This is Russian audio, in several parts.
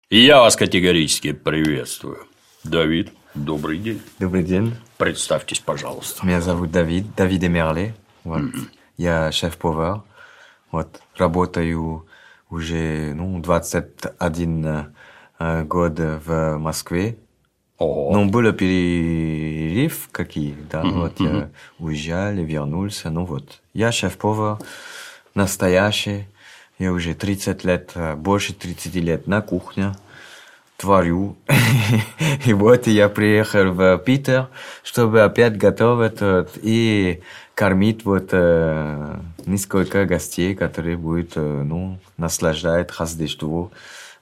И я вас категорически приветствую. Давид, добрый день. Добрый день. Представьтесь, пожалуйста. Меня зовут Давид Эмерле. Вот. Я шеф-повар. Вот. Работаю уже 21 год в Москве. Ого. Был перерыв какие, да. Я уезжал, вернулся. Я шеф-повар настоящий. Я уже 30 лет, больше 30 лет на кухне творю. И я приехал в Питер, чтобы опять готовить и кормить несколько гостей, которые будут наслаждать Рождество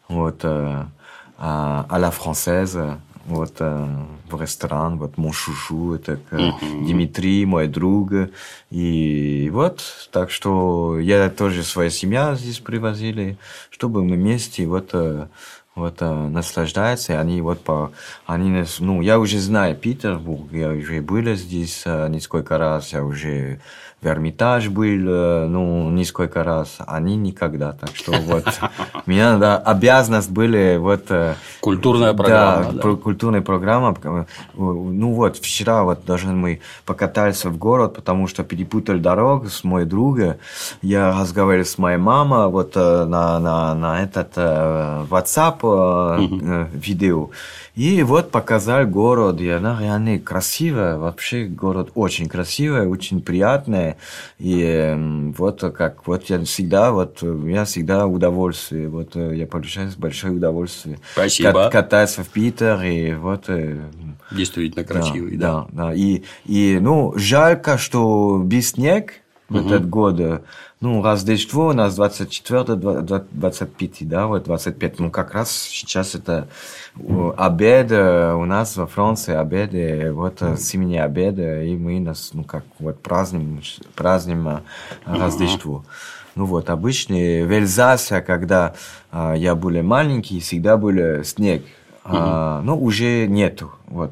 à la française. В ресторан, мой шушу, это Дмитрий, мой друг. И так что я тоже свою семью здесь привозили, чтобы мы вместе наслаждаться. И они я уже знаю Петербург, я уже был здесь несколько раз, я уже в Эрмитаж был, несколько раз, они никогда. Так что у меня обязанность были Культурная программа. Да, культурная программа. Вчера даже мы покатались в город, потому что перепутали дорогу с моей другом. Я разговаривал с моей мамой на этот WhatsApp видео. И показал город, и она реально красивая, вообще город очень красивый, очень приятный, и я всегда удовольствие, я получаю большое удовольствие. Спасибо. Кататься в Питер, и Действительно красивый, да. И жалко, что без снега в этот год. Рождество у нас 24-25, 25. Как раз сейчас это обед у нас во Франции, обед, зимний обед, и мы нас, празднуем Рождество. Обычно в Эльзасе, когда я был маленький, всегда был снег. Уже нету.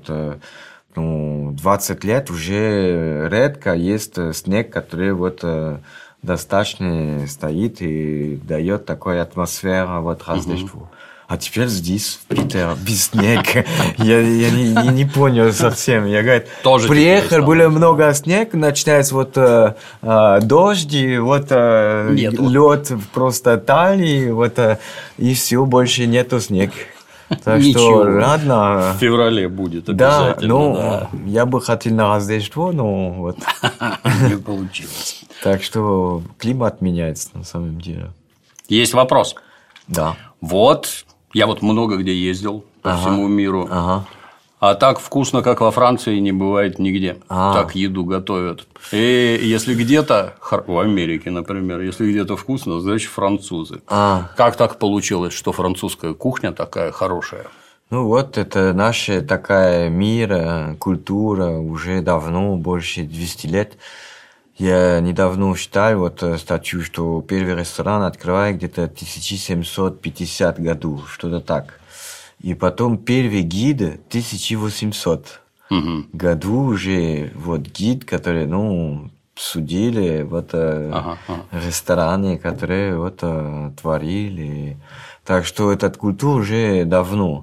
20 лет уже редко есть снег, который достаточно стоит и дает такую атмосферу Рождества. А теперь здесь, в Питере, без снега. Я не понял совсем. Я говорю, приехал, было много снега, начинается дождь, лед просто талии, и все, больше нету снега. Так Ничего. что, ладно. В феврале будет обязательно. Я бы хотел на Рождество, но не получилось. Так что климат меняется на самом деле. Есть вопрос. Да. Я много где ездил по всему миру. А так вкусно, как во Франции, не бывает нигде. Так еду готовят. И если где-то, в Америке, например, если где-то вкусно, значит французы. Как так получилось, что французская кухня такая хорошая? Это наша такая мир, культура уже давно, больше 200 лет. Я недавно читал статью, что первый ресторан открывали где-то 1750 году, что-то так. И потом первый гид 1800 году уже гид, который судили рестораны, которые творили. Так что эта культура уже давно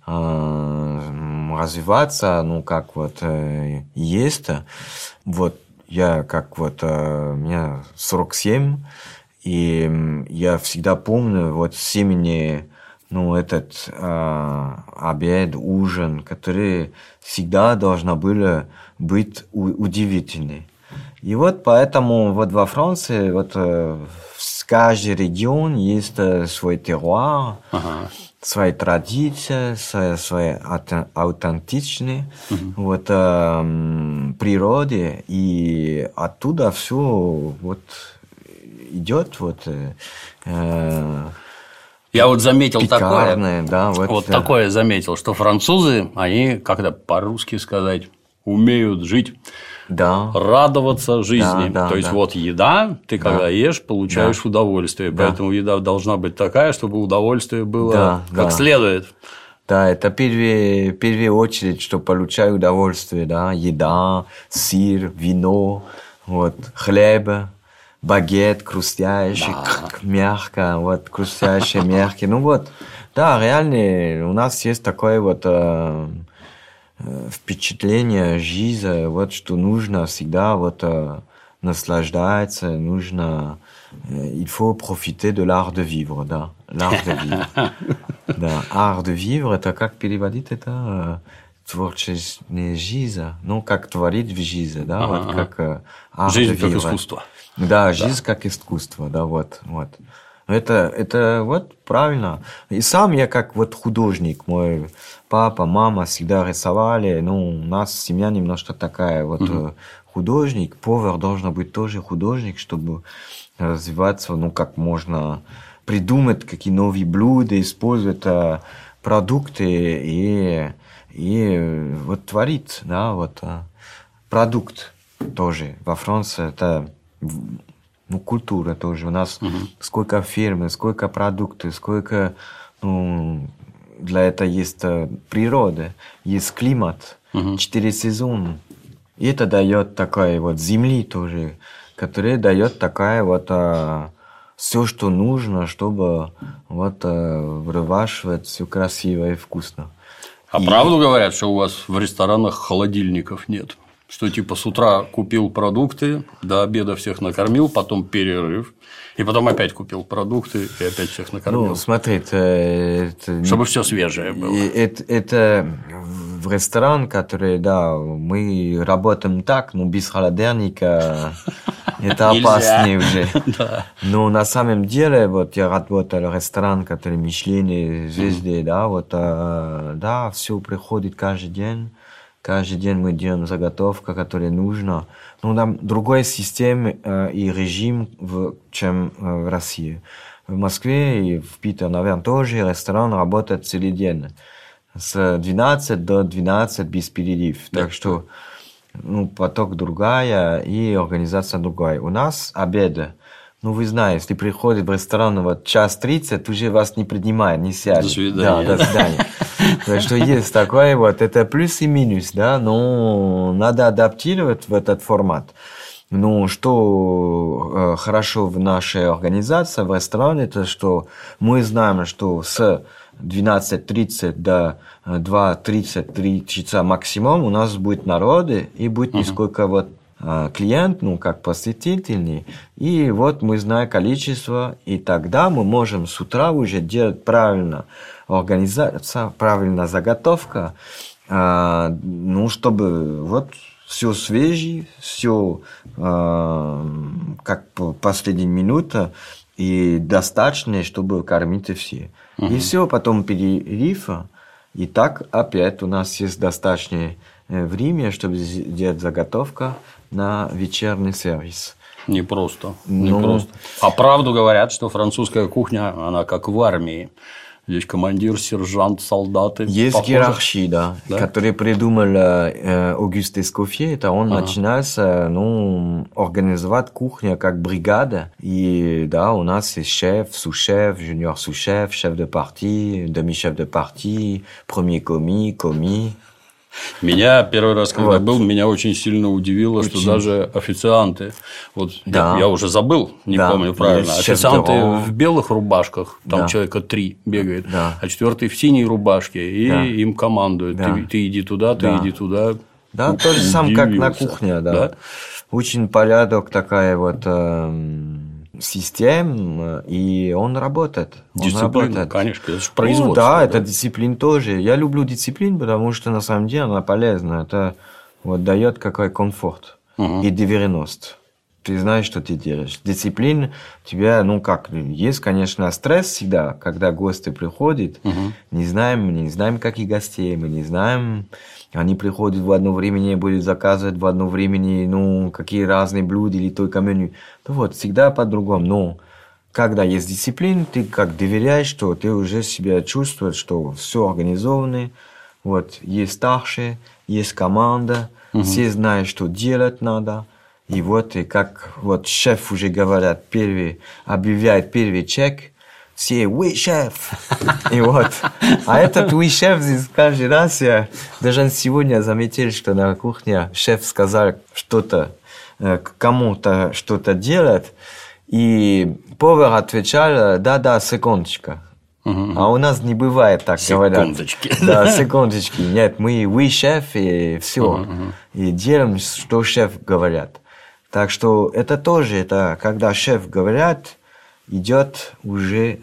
развиваться, есть. Я мне 47, и я всегда помню семени, этот обед, ужин, который всегда должна была быть удивительной. И поэтому во Франции в каждый регион есть свой терруар, свои традиции, свои аутентичные природе, и оттуда все идет я заметил пекарное, такое заметил, что французы, они, как-то по-русски сказать, умеют жить. Да. Радоваться жизни. То есть еда, ты когда ешь, получаешь удовольствие. Поэтому еда должна быть такая, чтобы удовольствие было как следует. Да, это в первую очередь, что получаю удовольствие, еда, сыр, вино, хлеб, багет хрустящий, мягко, хрустящий, мягкий. Да, реально, у нас есть такое вот впечатление жизни, вот что нужно всегда вот наслаждаться, нужно il faut profiter de l'art de vivre, да, l'art de vivre. Да, art de vivre, это как переводить это творческая жизнь, ну, как творить в жизни, да, вот как art жизнь de как vivre. искусство. Да, жизнь как искусство, да, вот. Это вот правильно. И сам я как вот художник, мой папа, мама всегда рисовали, ну, у нас семья немножко такая, вот художник, повар должен быть тоже художник, чтобы развиваться, ну, как можно придумать какие новые блюда, использовать продукты и вот творить, да, вот продукт тоже. Во Франции это ну, культура тоже. У нас сколько фирм, сколько продуктов, сколько ну, для этого есть природа, есть климат, 4 сезона. И это дает такая вот земли тоже, которая дает такая вот все, что нужно, чтобы вот выращивать все красиво и вкусно. А правду говорят, что у вас в ресторанах холодильников нет? Что типа с утра купил продукты, до обеда всех накормил, потом перерыв, и потом опять купил продукты и опять всех накормил. Ну, смотри, это чтобы все свежее было. Это в ресторан, который, да, мы работаем так, но без холодильника это опаснее уже. Но на самом деле, вот я работал в ресторан, который Мишлен, звезды, да, вот, да, все приходит каждый день. Каждый день мы делаем заготовку, которая нужна. Но там другой система и режим, чем в России. В Москве и в Питере, наверное, тоже ресторан работает целый день. С 12 до 12 без перерыв. Так что ну, поток другая и организация другая. У нас обеды. Ну, вы знаете, если приходит в ресторан вот 1:30, уже вас не принимает, не сядет. До свидания. Да, до свидания. Так что есть такое вот, это плюс и минус, да, но надо адаптировать в этот формат. Ну, что хорошо в нашей организации, в ресторане, это что мы знаем, что с 12:30 до 2:30-3 часа максимум у нас будет народы и будет несколько вот клиент, ну, как посетительный, и вот мы знаем количество, и тогда мы можем с утра уже делать правильно организация, правильная заготовка, ну, чтобы вот все свежее, все как последняя минута, и достаточно, чтобы кормить все. И все, потом перерыв, и так опять у нас есть достаточное время, чтобы сделать заготовку на вечерний сервис. Непросто. А правду говорят, что французская кухня, она как в армии. Здесь командир, сержант, солдаты. Есть иерархия, да, который придумал Огюст Эскофье. Это он начинался, ну, организовать кухню как бригада. И да, у нас есть шеф, сous-шеф, junior sous-шеф, шеф de partie, demi-chef de partie, premier commis. Меня первый раз, когда был, меня очень сильно удивило, что даже официанты, вот я уже забыл, не помню правильно, официанты в белых рубашках, там человека 3 бегает, а 4-й в синей рубашке, и им командуют, ты иди туда, ты иди туда. Да, то же самое, как на кухне, да. Очень порядок такая вот систем, и он работает. Дисциплина, конечно, это же производство. Ну, да, это дисциплина тоже. Я люблю дисциплину, потому что на самом деле она полезна. Это вот дает какой комфорт и доверенность. Ты знаешь, что ты делаешь. Дисциплина тебя, ну как, есть, конечно, стресс всегда, когда гости приходят. Не знаем, какие гостей, мы не знаем. Они приходят в одно время, будут заказывать в одно время, ну, какие разные блюда или только меню. Ну вот, всегда по-другому. Но когда есть дисциплина, ты как доверяешь, что ты уже себя чувствуешь, что все организовано. Вот, есть старшие, есть команда, все знают, что делать надо. И вот, и как вот шеф уже говорят, объявляет первый чек, все «Oui, шеф!» И вот. А этот «Oui, шеф» здесь каждый раз я даже сегодня заметил, что на кухне шеф сказал что-то, кому-то что-то делать, и повар отвечал «Да, секундочка». А у нас не бывает так, говорят. Секундочки. Да, секундочки. Нет, вы шеф, и все. И делаем, что шеф говорят. Так что это тоже, это когда шеф говорят, идет уже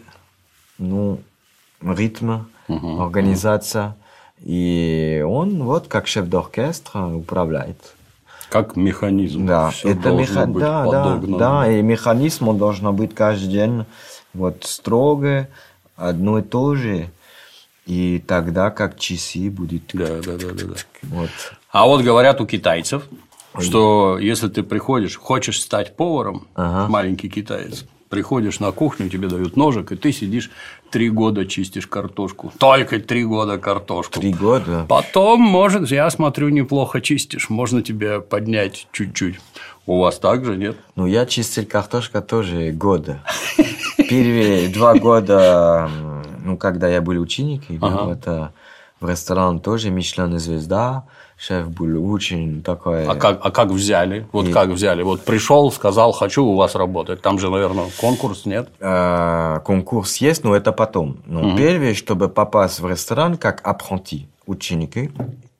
ритм, организация. И он вот как шеф оркестра управляет. Как механизм. Да, Всё это должно быть подогнано. да, и механизм он должен быть каждый день вот строго, одно и то же. И тогда как часы будет. Да. Вот. А вот говорят у китайцев, что если ты приходишь, хочешь стать поваром, маленький китаец, приходишь на кухню, тебе дают ножик, и ты сидишь 3 года чистишь картошку. Только 3 года картошку. 3 года? Потом, может, я смотрю, неплохо чистишь. Можно тебя поднять чуть-чуть. У вас так же, нет? Ну, я чистил картошку тоже года. Первые 2 года, когда я был учеником, в ресторан тоже Мишлен звезда. Шеф был очень такой... А как взяли? Как взяли? Вот пришел, сказал, хочу у вас работать. Там же, наверное, конкурс, нет? Конкурс есть, но это потом. Но первое, чтобы попасть в ресторан как аппrenти, ученики,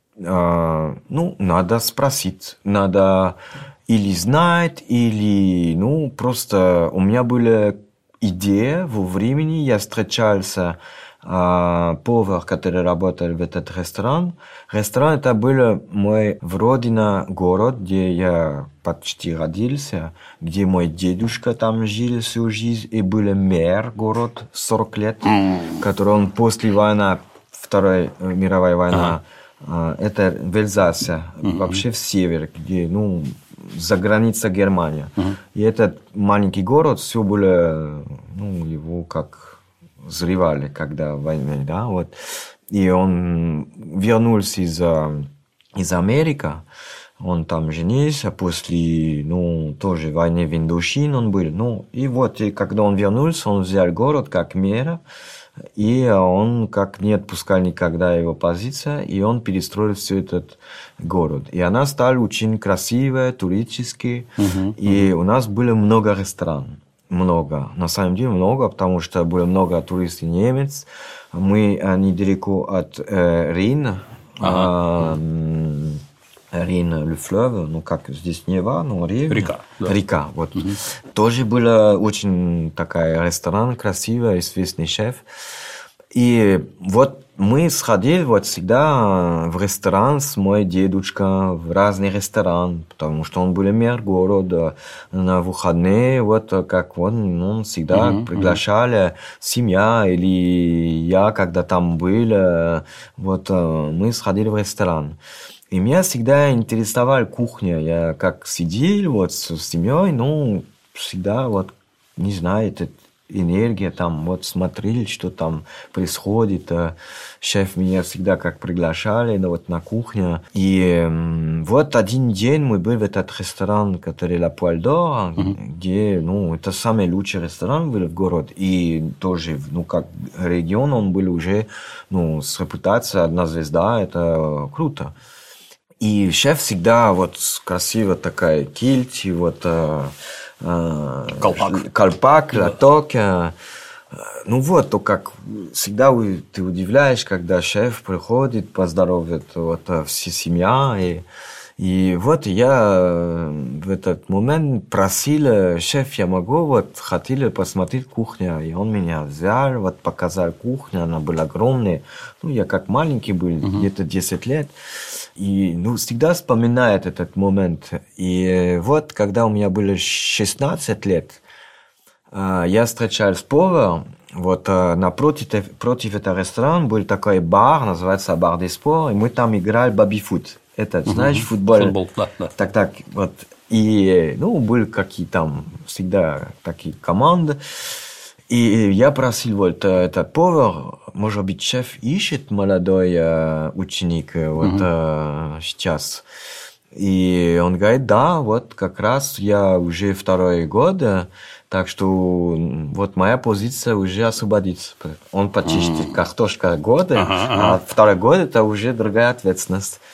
надо спросить. Надо или знать, или... просто у меня была идея во времени, я встречался... повар, который работал в этот ресторан. Ресторан это был мой родина город, где я почти родился, где мой дедушка там жил всю жизнь и был мэр город 40 лет, который он после войны, Второй мировой войны, это в Эльзасе, вообще в север, где, за границей Германии. И этот маленький город, все было, его как взрывали, когда война, да, вот. И он вернулся из Америки, он там женился, после, тоже войны в Индокине он был, и вот, и когда он вернулся, он взял город как мэр, и он как не отпускал никогда его позиция, и он перестроил все этот город. И она стала очень красивая, туристическая, и у нас было много ресторанов. Много. На самом деле много, потому что было много туристов немец. Мы недалеко от Рейна. Рейн, Ле-Флeuve, как здесь Нева, река. Да. Река, вот. Тоже был очень такой ресторан красивый, известный шеф. И вот мы сходили вот всегда в ресторан с моей дедушкой, в разные рестораны, потому что он был мэр города на выходные, вот как он всегда приглашали семья или я, когда там был, вот мы сходили в ресторан. И меня всегда интересовала кухня, я как сидел вот с семьей, всегда вот, не знаю, это энергия там, вот смотрели, что там происходит. Шеф меня всегда как приглашали, вот на кухню. И вот один день мы были в этот ресторан, который La Poêle d'Or, где, это самый лучший ресторан был в городе. И тоже, как регион, он был уже, с репутацией 1 звезда, это круто. И шеф всегда вот красиво такая кильт, и вот колпак, лоток. То как всегда ты удивляешь, когда шеф приходит, поздоровает все семья. И вот я в этот момент просил шеф, я могу, хотел посмотреть кухню. И он меня взял, показал кухню, она была огромная. Я как маленький был, где-то 10 лет. И всегда вспоминает этот момент. И вот, когда у меня было 16 лет, я встречался с поваром. Вот напротив этого ресторана был такой бар, называется бар де спорт, и мы там играли баби-фут. Это, знаешь, футбол. Футбол, да. Так, вот. И, были какие там всегда такие команды. И я просил этот повар, может быть, шеф ищет молодой ученик сейчас. И он говорит, да, вот как раз я уже 2 год, так что вот моя позиция уже освободится. Он почистит картошка года, а 2 год это уже другая ответственность.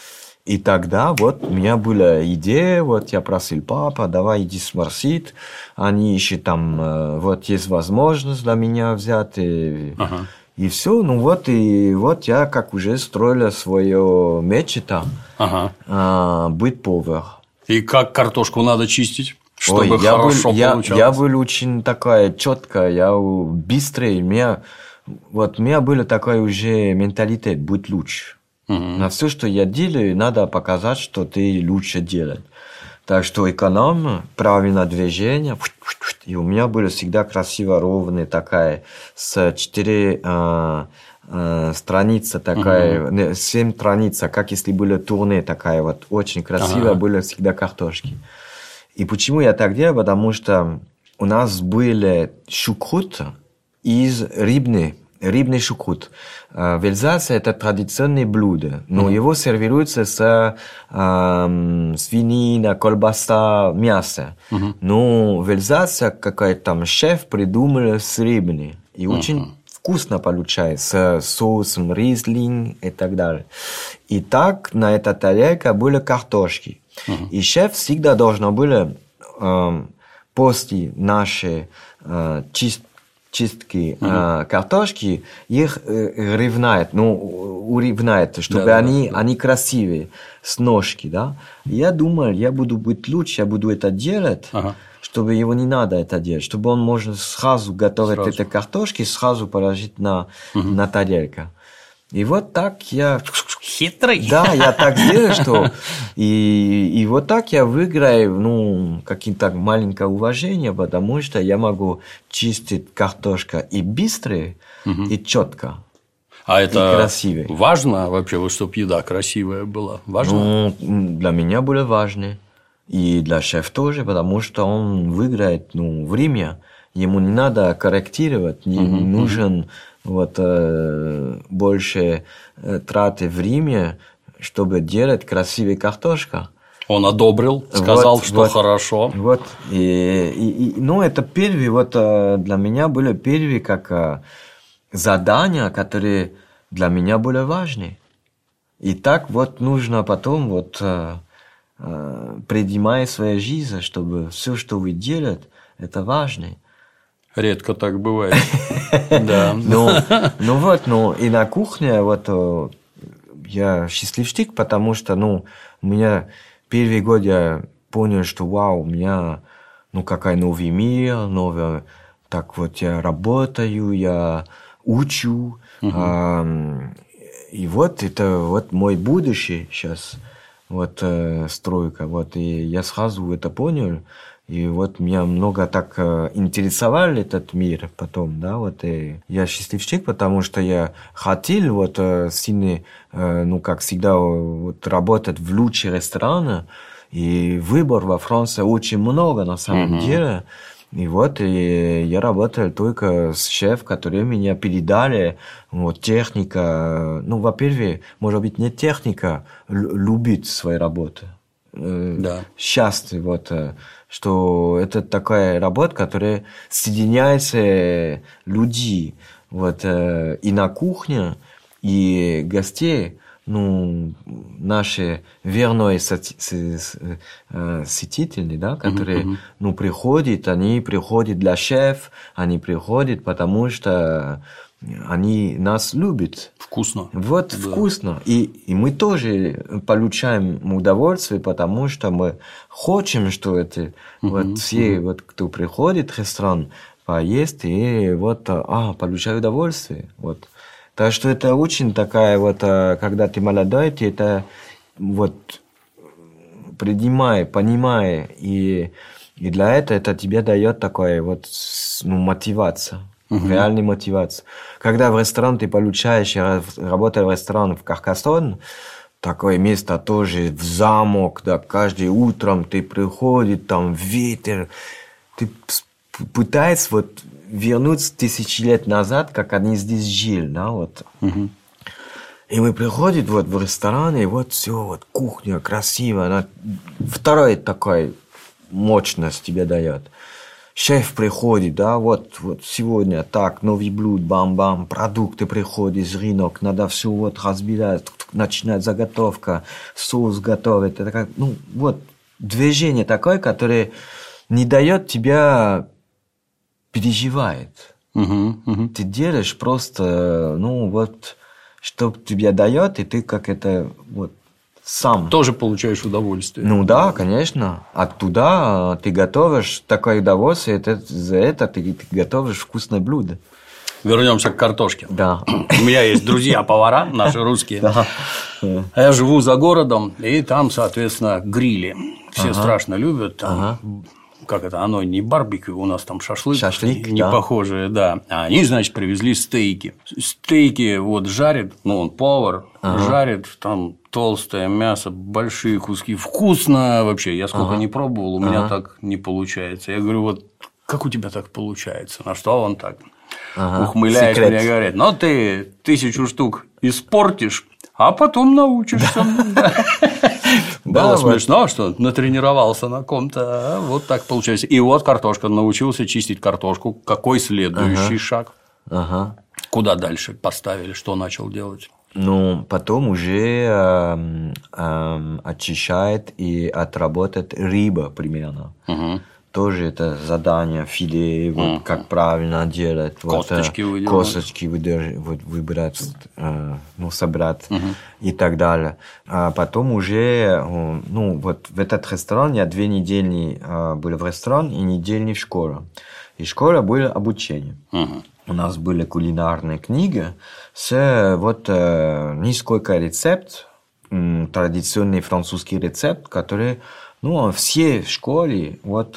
И тогда вот у меня была идея, вот я просил папа, давай иди сморсит, они еще там, вот есть возможность для меня взять, и все, ну вот, и вот я как уже строила свое мечта, быть повар. И как картошку надо чистить, чтобы хорошо получалось? Я был очень такая четкая, я быстрый, у меня был такой уже менталитет, быть лучше. На все, что я делаю, надо показать, что ты лучше делаешь. Так что эконом, правильное движение. И у меня было всегда красиво ровная такая, с 4 страницы такая, 7 страниц, как если были турне такая, вот очень красиво были всегда картошки. И почему я так делаю? Потому что у нас были шукрут из рыбный шукрут. В Эльзасе это традиционное блюдо, но его сервируется с свинина, колбаса, мясо. Но в Эльзасе какой-то там шеф придумал с рыбной. И очень вкусно получается, с соусом рислинг и так далее. И так на этой тарелке были картошки. И шеф всегда должен был после нашей чистки картошки, их уравняет, чтобы они красивые, с ножки, да. Я думал, я буду быть лучше, я буду это делать, чтобы его не надо это делать, чтобы он может сразу готовить эти картошки, сразу положить на тарелку. И вот так я... Хитрый. Да, я так сделаю, что... И вот так я выиграю, каким-то маленькое уважение, потому что я могу чистить картошку и быстро, и четко. А это красивее. Важно вообще, чтобы еда красивая была? Важно? Для меня было важно. И для шефа тоже, потому что он выиграет время. Ему не надо корректировать, не нужен... больше траты времени, чтобы делать красивую картошку. Он одобрил, сказал, что хорошо. Это первые, для меня были первые как задания, которые для меня были важны. И так нужно потом принимать свою жизнь, чтобы все, что вы делаете, это важно. Редко так бывает. Да. И на кухне я счастливчик, потому что у меня первый год я понял, что у меня какой новый мир, новый, так я работаю, я учу, и это мой будущее сейчас, стройка, и я сразу это понял. И меня много так интересовал этот мир потом, да, и я счастливчик, потому что я хотел сильно, как всегда, работать в лучших ресторанах, и выбор во Франции очень много на самом деле. И я работал только с шефом, которые меня передали, техника, во-первых, может быть, не техника, любить свою работу. Счастье, что это такая работа, которая соединяется люди, и на кухне, и гостей, наши верные посетители, да, которые, приходят, они приходят для шефа, они приходят, потому что они нас любят. Вкусно. Вкусно. И мы тоже получаем удовольствие, потому что мы хотим, что это все, кто приходит в ресторан, поесть и получают удовольствие. Так что это очень такая когда ты молодой, ты это принимай, понимай, и для этого это тебе дает такое мотивация. Реальная мотивация. Когда в ресторан ты получаешь, я работаю в ресторане в Каркасон, такое место тоже в замок, да, каждое утром ты приходишь, там ветер, ты пытаешься вернуться 1000 лет назад, как они здесь жили, да, И мы приходим в ресторан, и все, кухня красивая, она вторая такая мощность тебе дает. Шеф приходит, да, сегодня так, новый блюд, бам-бам, продукты приходят из рынка, надо все разбирать, начинает заготовка, соус готовить. Это как, ну, вот, движение такое, которое не дает тебя переживает. Ты делаешь просто, ну, вот, что тебе дает, и ты как это, вот, сам. Тоже получаешь удовольствие. Ну да, конечно. Оттуда ты готовишь такое удовольствие, за это ты готовишь вкусное блюдо. Вернемся к картошке. Да. У меня есть друзья-повара, наши русские. Да. Я живу за городом, и там, соответственно, грили. Все страшно любят. Там, как это, оно не барбекю, у нас там шашлык не похожее, да. А они, значит, привезли стейки. Стейки вот жарят, ну, он повар, жарит там толстое мясо, большие куски. Вкусно вообще. Я сколько не пробовал, у меня так не получается. Я говорю, вот как у тебя так получается? На что он так ухмыляясь мне говорит, ну, ты 1000 штук испортишь, а потом научишься. Было смешно, что натренировался на ком-то, вот так получается. И вот картошка, научился чистить картошку. Какой следующий шаг? Куда дальше поставили, что начал делать? Ну, потом уже очищает и отработает рыба примерно. Тоже это задание, филе, вот как правильно делать. Косточки выделать. Косточки выбирать, ну, собрать и так далее. А потом уже, ну, вот в этот ресторан я 2 недели был в ресторане и недельный в школе. И в школе было обучение. У нас были кулинарные книги с вот несколько рецептов, традиционный французский рецепт, который, ну, все в школе вот,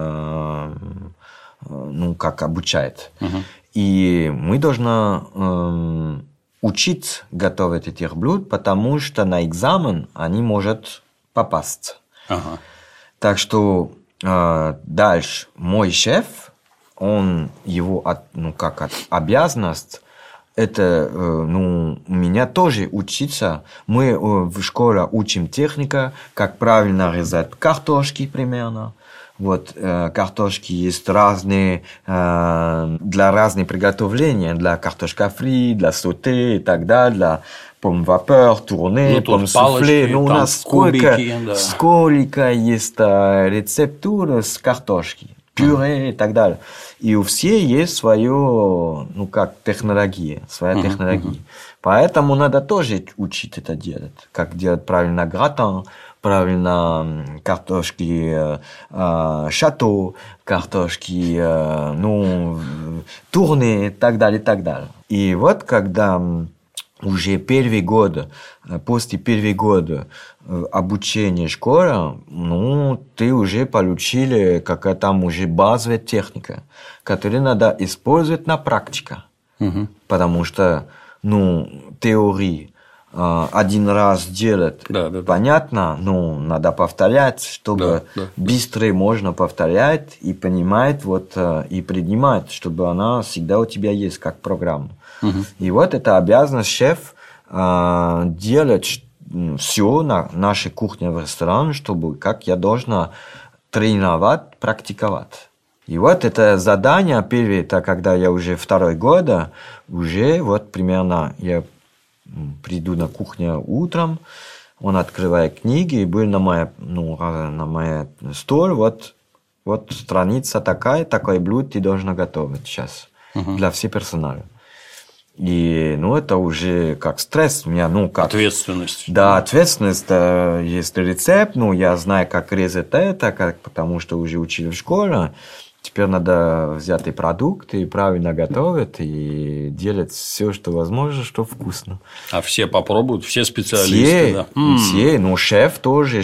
ну, как обучают. И мы должны учить готовить этих блюд, потому что на экзамен они могут попасть. Так что дальше мой шеф, он его, ну, как обязанность, это, ну, у меня тоже учиться. Мы в школе учим техника, как правильно резать картошки примерно. Вот картошки есть разные, для разных приготовлений, для картошка фри, для соте и так далее, для пом-вапер, турне, пом-суфле. Ну, у нас сколько есть рецептур с картошки, пюре и так далее. И у всех есть свое, ну, как технология, своя технология. Поэтому надо тоже учить это делать. Как делать правильно гратан, правильно картошки шато, картошки, ну, турне и так далее, и так далее. И вот когда уже первый год, после первого года обучения в школе, ну, ты уже получили какая-то там уже базовая техника, которую надо использовать на практике. Потому что, ну, теории один раз делать понятно, но надо повторять, чтобы быстро можно повторять и понимать, вот, и принимать, чтобы она всегда у тебя есть как программа. И вот это обязанность шеф делать все на нашей кухне в ресторане, чтобы как я должна тренировать, практиковать. И вот это задание первое, это когда я уже 2 год, уже вот примерно я приду на кухню утром, он открывает книги, и был на моей стол, вот страница такая, такой блюдо ты должна готовить сейчас для всего персонала. И, ну, это уже как стресс у меня, ну, как... Ответственность. Да, ответственность, есть рецепт, ну, я знаю, как резать это, потому что уже учили в школе. Теперь надо взять и продукты, и правильно готовить, и делать все, что возможно, что вкусно. А все попробуют, все специалисты, все, ну, шеф тоже,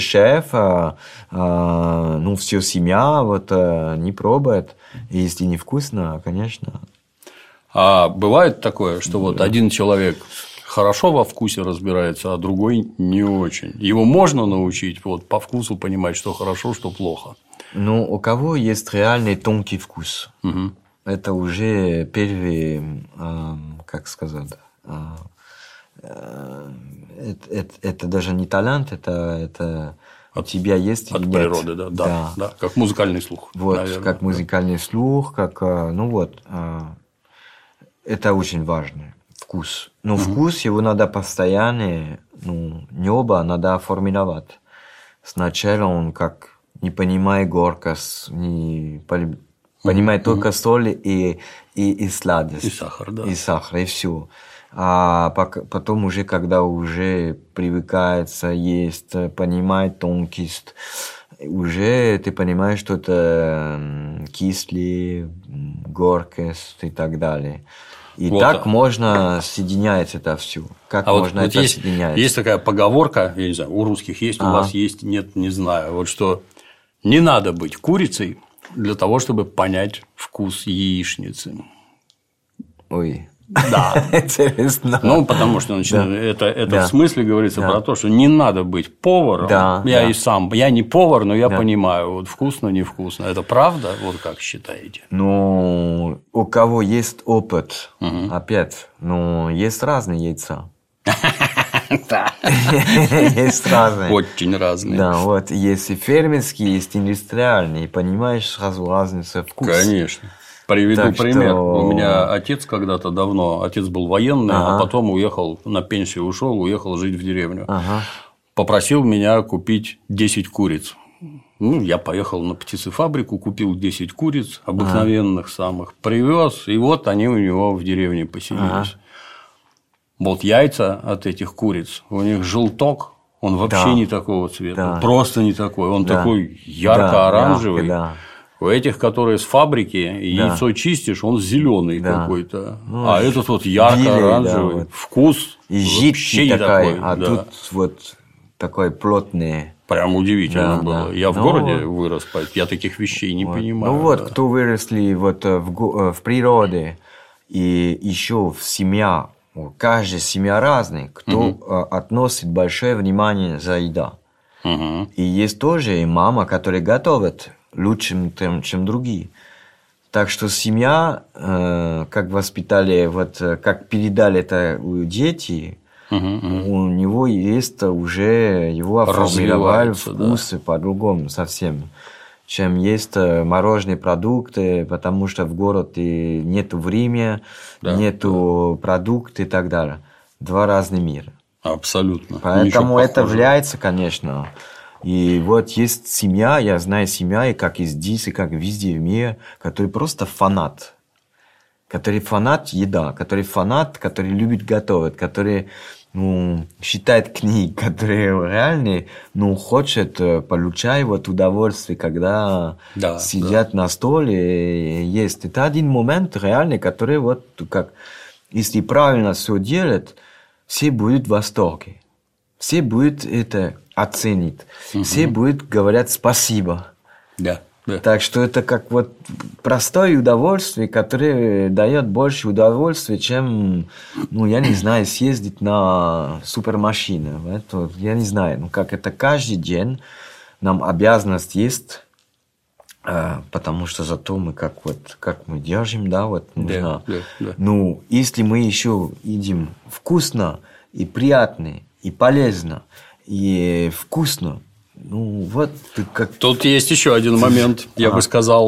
ну, все семья вот не пробует, и если не вкусно, конечно... А бывает такое, что вот один человек хорошо во вкусе разбирается, а другой не очень. Его можно научить вот, по вкусу понимать, что хорошо, что плохо. Ну, у кого есть реальный тонкий вкус, это уже первый, как сказать, это даже не талант, это у тебя есть от природы, да, как музыкальный слух. Вот, наверное, как музыкальный слух, как, ну вот. Это очень важно. вкус. Но вкус его надо постоянно, небо надо формировать. Сначала он как не понимает горькость, не понимает только соль и сладость. И сахар, да. И сахар, и все. А потом уже, когда уже привыкается есть, понимает тонкость, уже ты понимаешь, что это кислый, горькость и так далее. И вот так можно соединять это все. Как можно это соединять? Есть такая поговорка, я не знаю, у русских есть, у вас есть, нет, не знаю. Вот что не надо быть курицей для того, чтобы понять вкус яичницы. Ой. Да. Интересно. Потому что это в смысле говорится про то, что не надо быть поваром. И сам. Я не повар, но я понимаю, вот вкусно, невкусно. Это правда? Вот как считаете? У кого есть опыт, опять, есть разные яйца. Да. Есть разные. Очень разные. Да, вот есть и фермерские, есть индустриальные. Понимаешь сразу разницу вкуса. Конечно. Приведу пример. У меня отец когда-то давно, отец был военный, а потом уехал на пенсию, уехал жить в деревню. Попросил меня купить 10 куриц. Я поехал на птицефабрику, купил 10 куриц, обыкновенных самых, привез, и вот они у него в деревне поселились. Вот яйца от этих куриц, у них желток, он вообще не такого цвета, просто не такой, он такой ярко-оранжевый. У этих, которые с фабрики, яйцо чистишь, он зеленый какой-то. А этот вот ярко-оранжевый. Вкус и жидкий такой, тут вот такой плотный. Прям удивительно было. Я в городе вырос, я таких вещей не понимаю. Кто выросли в природе и еще в семье, каждая семья разная, кто относит большое внимание за еду. И есть тоже и мама, которая готовит лучше, чем другие. Так что семья, как воспитали, как передали это дети, у него есть уже, его оформировали вкусы по-другому совсем, чем есть мороженые продукты, потому что в городе нету времени, нету продуктов и так далее. Два разных мира. Абсолютно. Поэтому это влияется, конечно. И вот есть семья, я знаю семья, и как и здесь, и как везде в мире, который просто фанат. Который фанат еда, который фанат, который любит готовить, который читает книги, который реально хочет получать удовольствие, когда сидят на столе и есть. Это один момент реальный, который если правильно все делать, все будут в восторге. Все будут это оценить. Все будут говорить спасибо. Да. Так что это как простое удовольствие, которое дает больше удовольствия, чем, я не знаю, съездить на супермашине. Это, я не знаю, как это каждый день нам обязанность есть, потому что зато мы как мы держим, нужно. Если мы еще едим вкусно и приятно, и полезно, и вкусно, Тут есть еще один момент. Я бы сказал,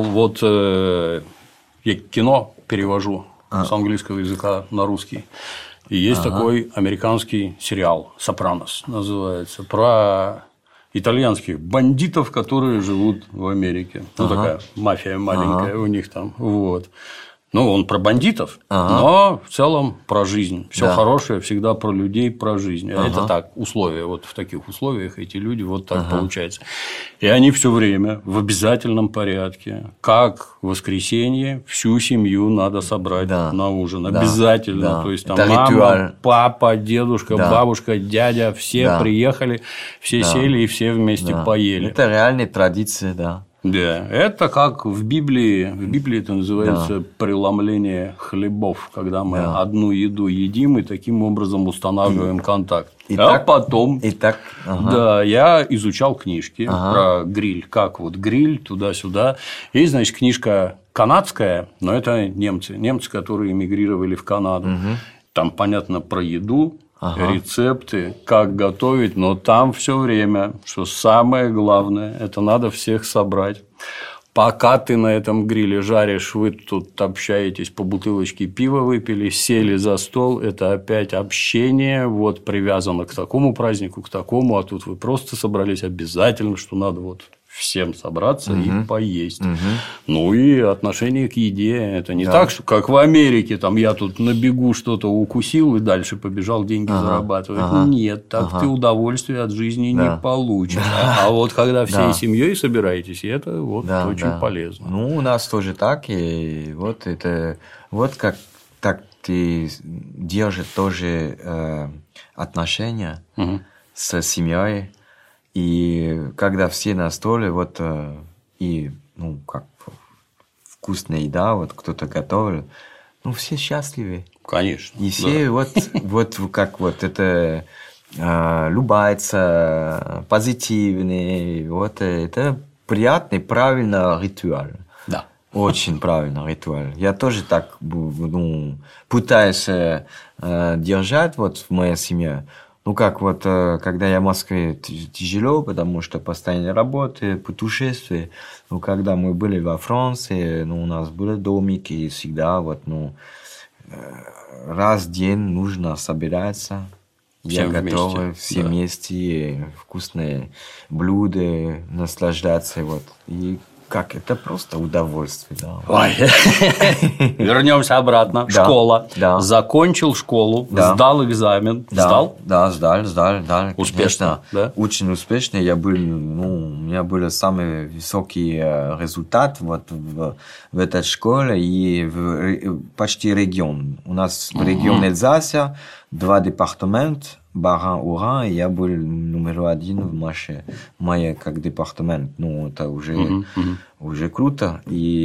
я кино перевожу с английского языка на русский. И есть такой американский сериал «Сопранос» называется, про итальянских бандитов, которые живут в Америке. Такая мафия маленькая у них там. Он про бандитов, но в целом про жизнь. Все хорошее всегда про людей, про жизнь. Это так, условия. В таких условиях эти люди так получается. И они все время в обязательном порядке, как в воскресенье, всю семью надо собрать на ужин. Обязательно. То есть там мама, ритуал. Папа, дедушка, бабушка, дядя, все приехали, все сели и все вместе поели. Это реальная традиция, да. Да, это как в Библии. В Библии это называется преломление хлебов, когда мы одну еду едим и таким образом устанавливаем контакт. Потом, я изучал книжки про гриль, как гриль туда-сюда. Есть, значит, книжка канадская, но это немцы, которые эмигрировали в Канаду. Там понятно про еду. Рецепты, как готовить, но там все время, что самое главное, это надо всех собрать, Пока ты на этом гриле жаришь, вы тут общаетесь, по бутылочке пива выпили, сели за стол, это опять общение, вот привязано к такому празднику, к такому, а тут вы просто собрались обязательно, что надо вот всем собраться и поесть. Ну и отношение к еде. Это не так, что как в Америке, там я тут на бегу что-то укусил и дальше побежал деньги зарабатывать. Нет, так ты удовольствие от жизни не получишь. А вот когда всей семьей собираетесь, это вот очень полезно. Ну, у нас тоже так, и вот это вот как так ты держишь тоже отношения с семьей. И когда все на столе, вот, и, ну, как вкусная еда, вот кто-то готовил, ну, все счастливы. Конечно. И все вот как вот это любаются, позитивные, вот это приятный, правильный ритуал. Да. Очень правильный ритуал. Я тоже так, ну, пытаюсь держать вот в моей семье. Ну, как вот, когда я в Москве, тяжело, потому что постоянно работа, путешествия. Ну, когда мы были во Франции, ну, у нас были домики, и всегда вот, ну, раз в день нужно собираться. Я готовы все вместе, вкусные блюда, наслаждаться, вот. И как это просто удовольствие, да. Ой. Вернемся обратно. Школа. Да. Закончил школу, сдал экзамен. Сдал? Да, сдал. Успешно. Да? Очень успешно. У меня были самые высокие результаты вот в этой школе и почти регион. У нас в регионе Эльзаса 2 департамента. Баран-Уран, и я был номер 1 в моей как департамент. Ну, это уже круто.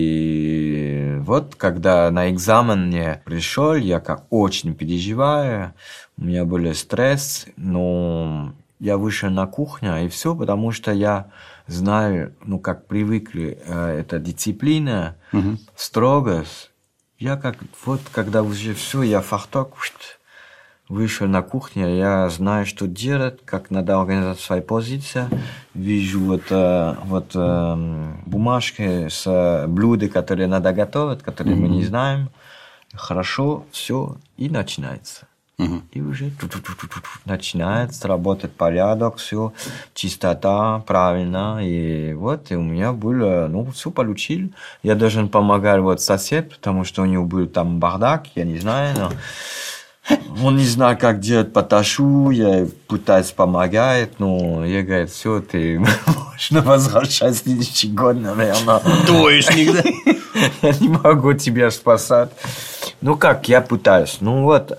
И вот, когда на экзамен я пришел, я как очень переживаю, у меня был стресс, но я вышел на кухню, и все, потому что я знаю, ну, как привыкли, эта дисциплина, строгость. Я как, вот, когда уже все, я фартук, вышел на кухню, я знаю, что делать, как надо организовать свои позиции. Вижу вот бумажки с блюдами, которые надо готовить, которые мы не знаем. Хорошо, все, и начинается. И уже начинается работать порядок, все, чистота, правильно. И вот, и у меня было, ну, все получил. Я должен помогать вот соседу, потому что у него был там бардак, я не знаю, но... Он не знал, как делать поташу, я пытаюсь помогать, но я говорю, все, ты можно возвращать в следующий год, наверное. Двоечник, да? Я не могу тебя спасать. Ну как, я пытаюсь. Ну вот,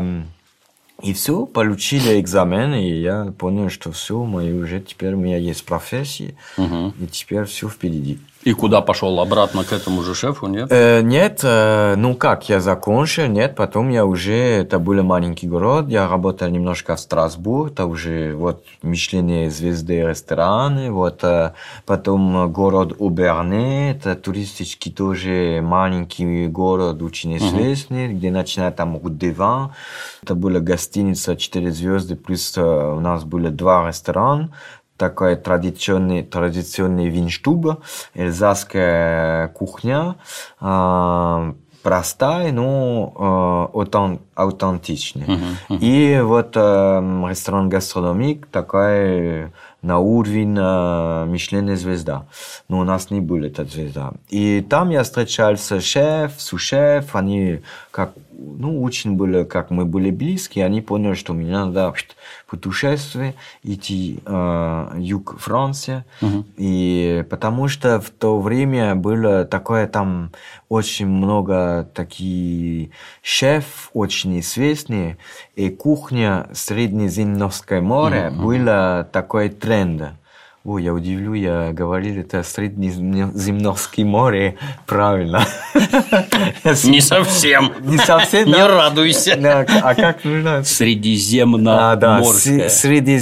и все, получили экзамен, и я понял, что все, уже теперь у меня есть профессия, и теперь все впереди. И куда пошел? Обратно к этому же шефу, нет? Нет, ну как, я закончил, нет, потом я уже, это был маленький город, я работал немножко в Страсбург, это уже вот Мишлене звезды рестораны, вот потом город Оберне, это туристический тоже маленький город, очень известный, где начинает там Рут-де-Ван, это была гостиница 4 звезды, плюс у нас были 2 ресторана. Такой традиционный винштуб, эльзасская кухня, простая, но аутентичная. И вот ресторан гастрономик такой на уровень Мишлене звезда. Но у нас не была эта звезда. И там я встречался су-шеф, они как, ну, очень были, как мы были близкие, они поняли, что мне надо путешествие, идти юг Франции. И потому что в то время было такое, там очень много таких шефов, очень известных, и кухня Средиземноморское море была такой тренд. Ой, я удивлю, я говорил, это Средиземноморское море, правильно. Не совсем. Не совсем, не радуйся. А как нужно? Средиземноморское.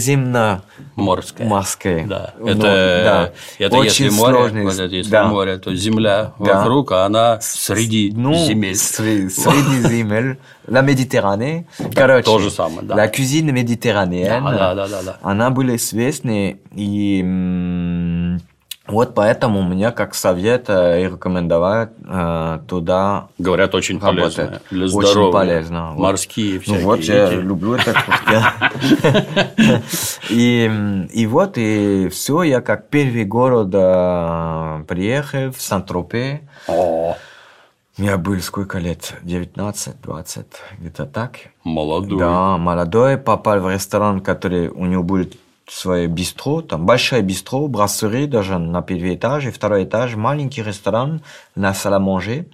Средиземноморское. Да. Это если море, если море, то земля вокруг, а она среди земель. Среди la Méditerranée. Короче, то же самое, да. La cuisine méditerranéenne. Да. Она была известна, и Вот поэтому у меня как совет и рекомендовать туда. Говорят, очень работать. Полезно для здоровья. Очень полезно. Морские всякие. Ну вот я люблю это. И вот, и все, я как первый город приехал в Сан-Тропе. Я был сколько лет? 19-20, где-то так. Молодой. Да, молодой. Попал в ресторан, который у него был свое бистро, там большое бистро, брасserie даже на первый этаж, и второй этаж, маленький ресторан на саламанже.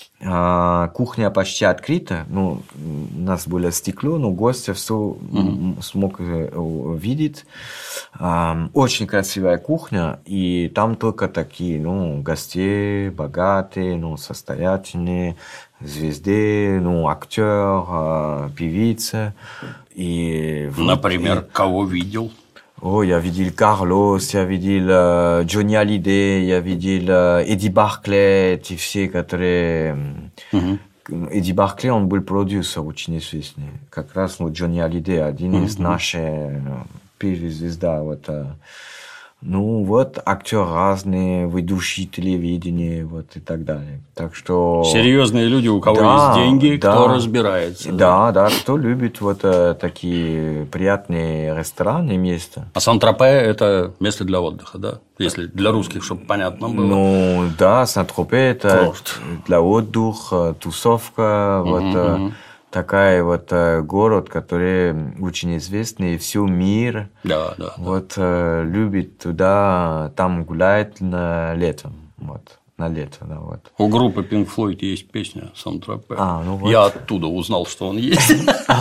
Кухня почти открыта, ну, у нас было стекло, но гости все смог увидеть. Очень красивая кухня, и там только такие, ну, гости богатые, ну, состоятельные, звезды, ну, актер, певица. И например, кого видел? Я видел Карлос, я видел Джонни Алиде, я видел Эдди Барклey, эти все, которые... Эдди Барклey, он был продюсер очень известный. Как раз Джонни Алиде, один из наших первых звезда. Вот. Ну, вот, актер разные, ведущие телевидения, вот, и так далее. Так что... Серьезные люди, у кого есть деньги, кто разбирается. Да, кто любит вот такие приятные рестораны, места. А Сан-Тропе – это место для отдыха, да? Если для русских, чтобы понятно было. Ну, да, Сан-Тропе – это для отдыха, тусовка, вот... Такая вот город, который очень известный, и всю мир вот любит туда, там гуляет на летом, вот, на лето, да, вот. У группы Pink Floyd есть песня Сан-Тропе. Вот. Я оттуда узнал, что он есть.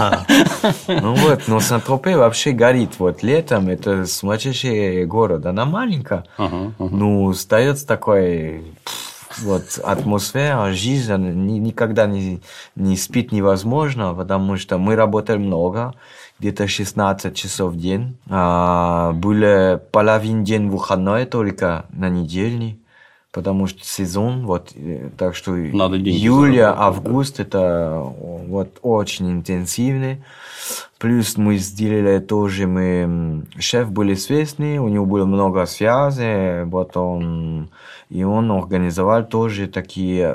Ну вот, но Сан-Тропе вообще горит, вот летом, это сумасшедший город, она маленькая, ну, остается такой... Вот, атмосфера, жизнь никогда не спит невозможно, потому что мы работаем много, где-то 16 часов в день. Было половин день выходной только на неделе, потому что сезон, вот, так что июль, август, это вот очень интенсивный. Плюс мы сделали тоже, шеф был известный, у него было много связей, вот он организовал тоже такие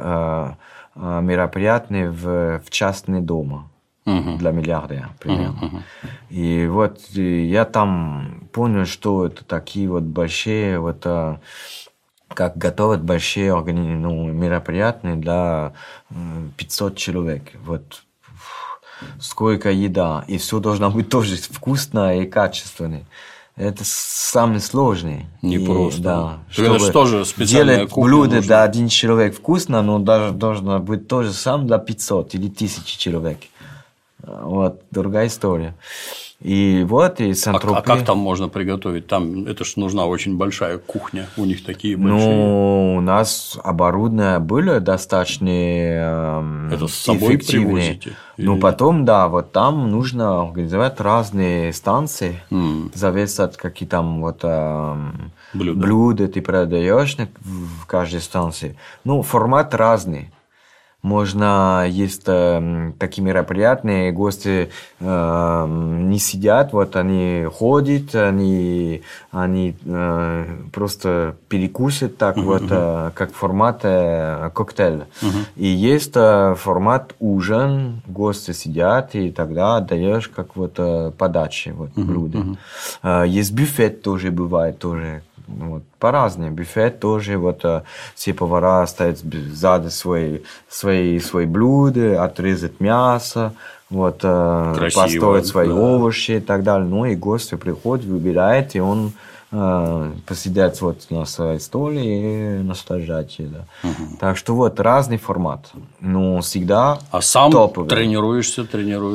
мероприятия в частные дома для миллиардеров, примерно. И вот я там понял, что это такие вот большие, вот, как готовят большие мероприятия для 500 человек, вот. Сколько еда, и все должно быть тоже вкусно и качественно. Это самое сложное. Непросто. Да, это же тоже специальная делать блюдо для один человек вкусно, но даже должно быть то же самое для 500 или 1000 человек. Вот, другая история. И вот, и Сан-Тропе... А как там можно приготовить? Там это ж нужна очень большая кухня, у них такие большие. Ну, у нас оборудование было достаточно это с собой привозите? Ну, потом, да, вот там нужно организовать разные станции, зависит от какие там вот блюда ты продаешь в каждой станции. Ну, формат разный. Можно есть такие мероприятия, гости не сидят, вот они ходят, они просто перекусят так вот, как формат коктейля. И есть формат ужин, гости сидят, и тогда отдаешь как вот подачи, вот, блюда. Есть буфет тоже бывает тоже. Вот, по-разному. Буфет тоже, вот, все повара ставят сзади свои блюда, отрезать мясо, вот, построить свои овощи и так далее. Ну, и гости приходят, выбирает, и он посидят вот на своей столе и наслаждаться. Да. Так что вот разный формат. Но всегда сам топовый. тренируешься.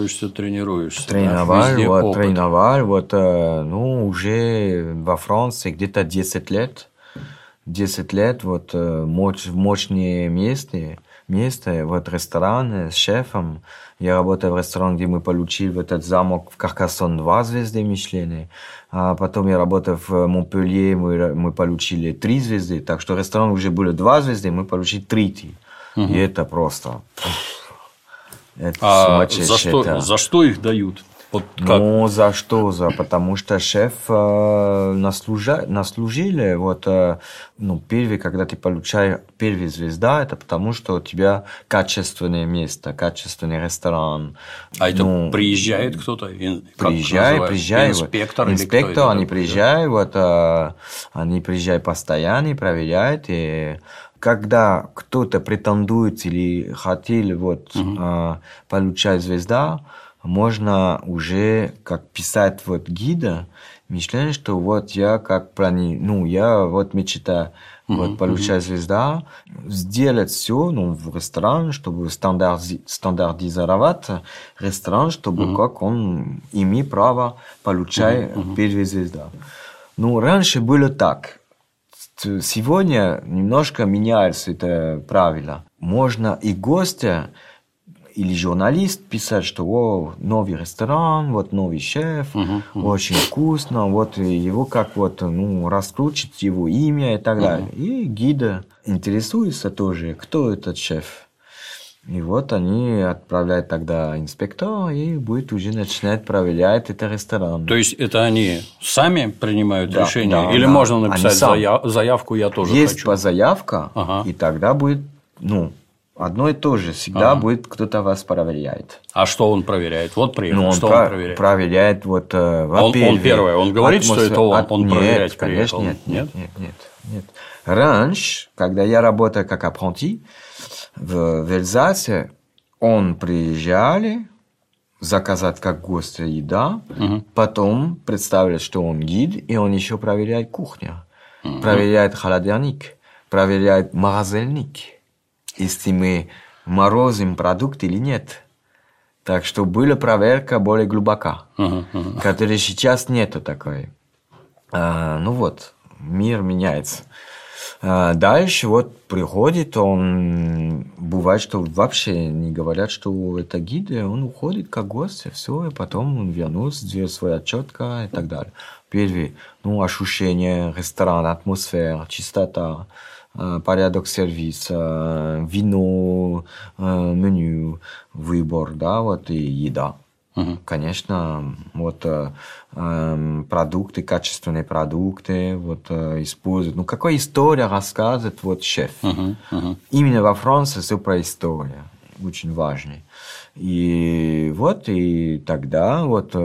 Тренировал, вот, ну, уже во Франции где-то 10 лет. 10 лет, вот, в мощные места, вот, рестораны с шефом. Я работаю в ресторане, где мы получили этот замок в Каркассон 2 звезды Мишлена. А потом я работаю в Монпелье, мы получили 3 звезды. Так что ресторан уже было 2 звезды, мы получили 3. И это просто... Это за что их дают? Вот как? Ну, за что? Потому что шеф наслужили. Вот, первый, когда ты получаешь первая звезда, это потому, что у тебя качественное место, качественный ресторан. А это приезжает кто-то? Приезжает. Инспектор они приезжают, вот, они приезжают постоянно, проверяют, и когда кто-то претендует или хотел вот, получать звезда, можно уже как писать вот гида Мишлен, что вот я как я вот мечтаю вот получать звезда, сделать все в ресторан, чтобы стандартизировать ресторан, чтобы как он имеет право получать первую звезду. Раньше было так. Сегодня немножко меняется это правило. Можно и гостя или журналист писать, что новый ресторан, вот новый шеф, очень вкусно, вот его как вот, раскрутить его имя и так далее. И гида интересуется тоже, кто этот шеф. И вот они отправляют тогда инспектора и будет уже начинать проверять этот ресторан. То есть это они сами принимают решение? Или можно написать заявку, я тоже хочу? Есть заявка, и тогда будет, одно и то же. Всегда будет кто-то вас проверяет. А что он проверяет? Вот приехал. Что он проверяет? Проверяет вот... Он первый. Он говорит, что это он проверять приехал? Нет. Раньше, когда я работал как аппrenти, в Эльзасе он приезжали заказать как гость еда, потом представляет, что он гид, и он еще проверяет кухню, проверяет холодильник, проверяет морозильник, если мы морозим продукт или нет. Так что была проверка более глубока, которой сейчас нету такой. Мир меняется. Дальше вот приходит он, бывает, что вообще не говорят, что это гид, он уходит как гость, все, и потом он вернулся, сделал свой отчет и так далее. Первое, ощущение ресторана, атмосфера, чистота, порядок сервиса, вино, меню, выбор, и еда. Конечно, продукты, качественные продукты, используют. Какая история рассказывает шеф? Именно во Франции все про историю, очень важно. И тогда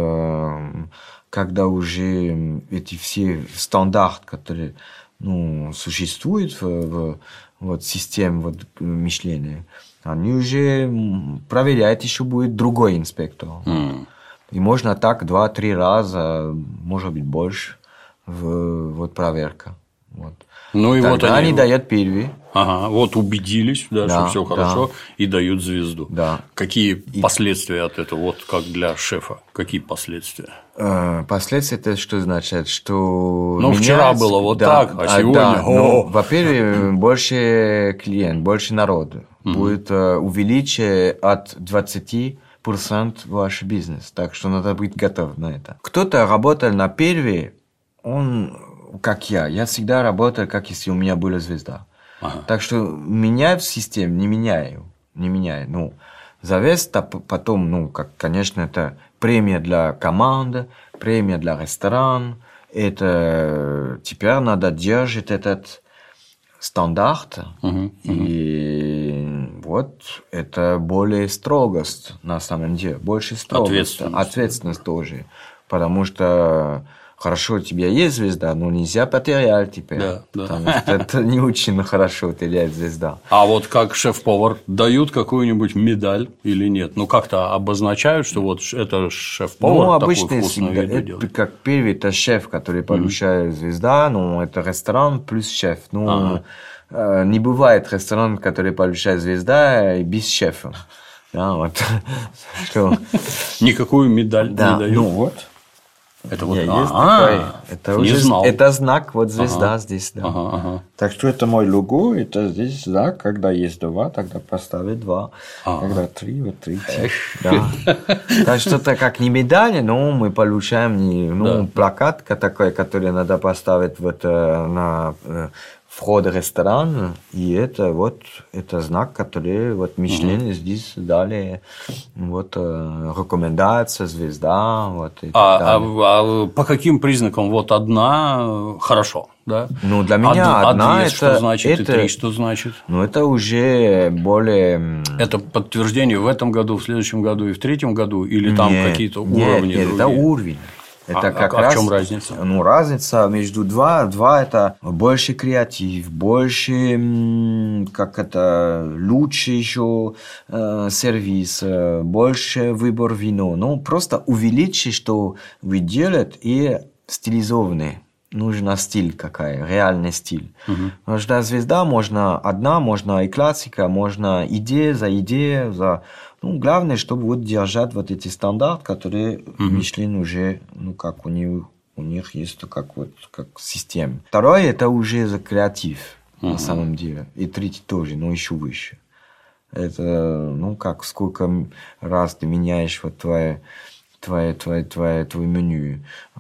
когда уже эти все стандарты, которые существуют в системе мышления, они уже проверяют, еще будет другой инспектор. И можно так 2-3 раза, может быть, больше, проверка. Тогда они дают первый. Убедились, что все хорошо, и дают звезду. Да. Какие последствия от этого, как для шефа? Какие последствия? Последствия это что значит? Что вчера было так, а сегодня... Во-первых, больше клиент, больше народу. Будет увеличить от 20% ваш бизнес. Так что надо быть готов на это. Кто-то работал на первый, он, как я всегда работал, как если у меня была звезда. Так что меняю в системе, не меняю. Завес потом, конечно, это премия для команды, премия для ресторана. Это теперь надо держать этот стандарт. И это более строгость на самом деле. Больше строгость. Ответственность тоже. Потому что хорошо, у тебя есть звезда, но нельзя потерять теперь. Потому что это не очень хорошо терять звезда. А как шеф-повар дают какую-нибудь медаль или нет? Как-то обозначают, что это шеф-повар такой вкусную еду делает? Как первый, это шеф, который получает звезда, это ресторан плюс шеф. Не бывает ресторан, который получает звезда и без шефа. Никакую медаль не дают? Это это уже это знак звезда здесь, Так что это мой лого, это здесь знак, когда есть 2, тогда поставить 2, когда 3, 3. Так что это как не медаль, но мы получаем плакат такой, который надо поставить вход в ресторан, и это вот это знак, который вот Мишлен здесь дали вот рекомендация, звезда, вот. И а по каким признакам вот одна хорошо, да? Ну для меня одна две, это что значит, и три что значит? Ну это уже более. Это подтверждение в этом году, в следующем году и в третьем году, или там какие-то уровни другие? Это уровень. Это как раз, в чем разница? Ну, разница между два это больше креатив, больше, как это, лучше еще сервис, больше выбор вина. Ну, просто увеличить, что вы делаете, и стилизованный. Нужна стиль какая, реальный стиль. Потому что звезда можно одна, можно и классика, можно идея за идеей, за... Ну, главное, чтобы вот держать вот эти стандарты, которые Мишлен уже, ну, как у них есть, как вот, как система. Второе, это уже за креатив, на самом деле. И третий тоже, но еще выше. Это, ну, как, сколько раз ты меняешь вот твое меню.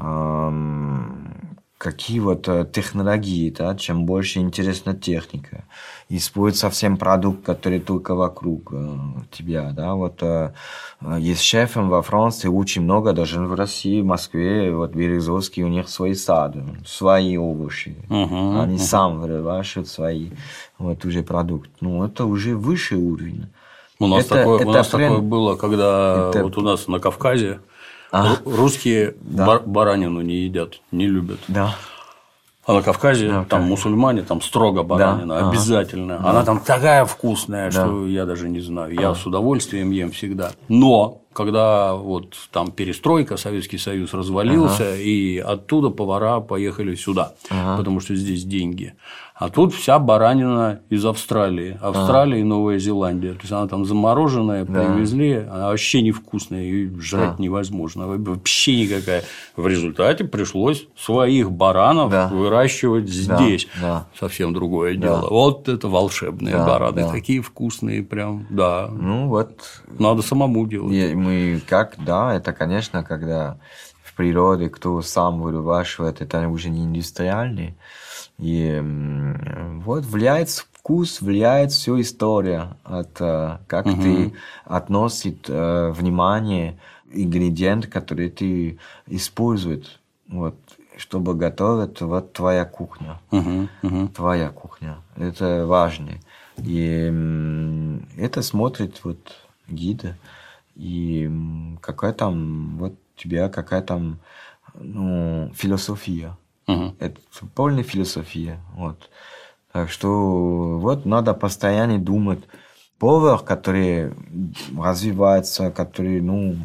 Какие вот технологии, да, чем больше интересна техника. Использует совсем продукт, который только вокруг тебя, да, вот есть шефом во Франции очень много, даже в России, в Москве, вот Березовский, у них свои сады, свои овощи, они сами выращивают свои, вот уже продукт, ну, это уже высший уровень. У нас такое было, когда вот у нас на Кавказе русские баранину не едят, не любят. Да. А на Кавказе там мусульмане, там строго баранина, обязательно. Она там такая вкусная, что я даже не знаю. Я с удовольствием ем всегда. Но когда вот там перестройка, Советский Союз развалился, и оттуда повара поехали сюда, потому что здесь деньги. А тут вся баранина из Австралии. Австралия и Новая Зеландия. То есть она там замороженная, привезли, она вообще невкусная, ее жрать невозможно. Вообще никакая. В результате пришлось своих баранов выращивать здесь. Совсем другое дело. Вот это волшебные бараны. Такие вкусные, прям, да. Ну вот. Надо самому делать. Это, конечно, когда в природе кто сам выращивает, это уже не индустриальный. И вот влияет вкус, влияет вся история от как ты относишь внимание ингредиенты, которые ты используешь, вот, чтобы готовить вот твоя кухня. Твоя кухня. Это важно. И это смотрит вот гиды. И какая там вот у тебя какая там философия. Это полная философия. Вот. Так что вот надо постоянно думать. Повар, который развивается, который,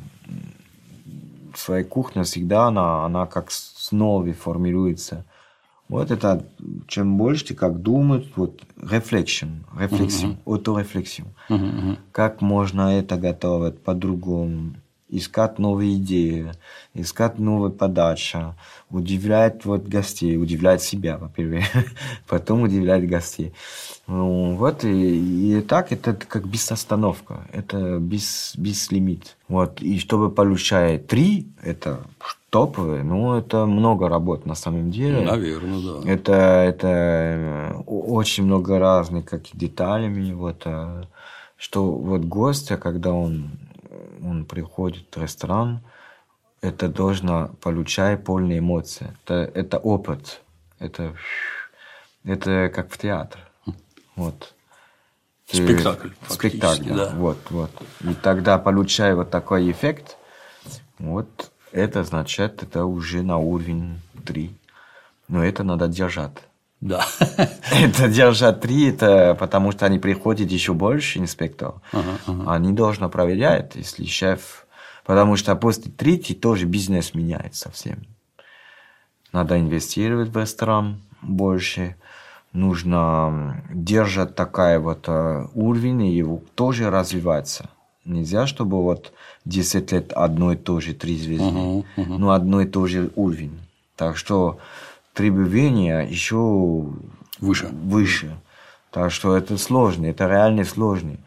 в своей кухне всегда она как с новой формируется. Вот это, чем больше ты как думаешь, вот рефлексию, autorефлексию. Как можно это готовить по-другому, искать новые идеи, искать новые подачи, удивлять вот гостей, удивлять себя, во-первых, потом удивлять гостей. Вот и так это как без остановка, это без лимит. Вот, и чтобы получать 3, это топовые, это много работ на самом деле. Наверное, да. Это очень много разных как деталями, вот, что вот гость, когда он приходит в ресторан, это должно получать полные эмоции. Это опыт. Это как в театре. Вот. Спектакль. Спектакль, да. Вот. И тогда, получая вот такой эффект, вот это значит, это уже на уровень 3. Но это надо держать. Да. Это держать 3, это потому что они приходят еще больше, инспектор. Они должны проверять, если шеф... Потому что после 3 тоже бизнес меняется совсем. Надо инвестировать в ресторан больше. Нужно держать такой вот уровень и его тоже развиваться. Нельзя, чтобы вот 10 лет одно и то же 3 звезды. Но одно и то же уровень. Так что требования еще выше. Так что это сложно, это реально сложно.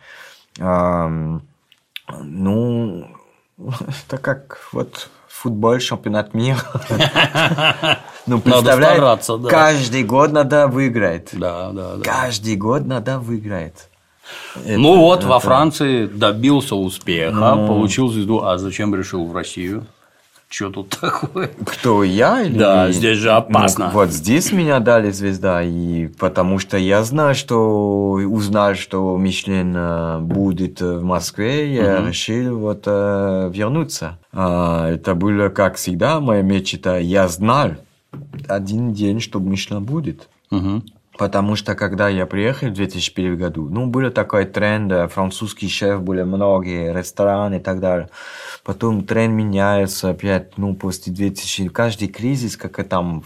Это как вот футбол, чемпионат мира. Ну, представляешь, стараться, да. Каждый год надо выиграть. Да. Каждый год надо выиграть. Во Франции добился успеха, получил звезду. А зачем решил в Россию? Что тут такое? Кто, я? Или... Да, здесь же опасно. Ну, вот здесь меня дали звезда, и потому что я знаю, узнал, что Мишлен будет в Москве, я решил вернуться. Это было, как всегда, моя мечта. Я знал один день, что Мишлен будет. Потому что, когда я приехал в 2001 году, был такой тренд, французский шеф, были многие рестораны и так далее. Потом тренд меняется опять, после 2000, каждый кризис, как и там,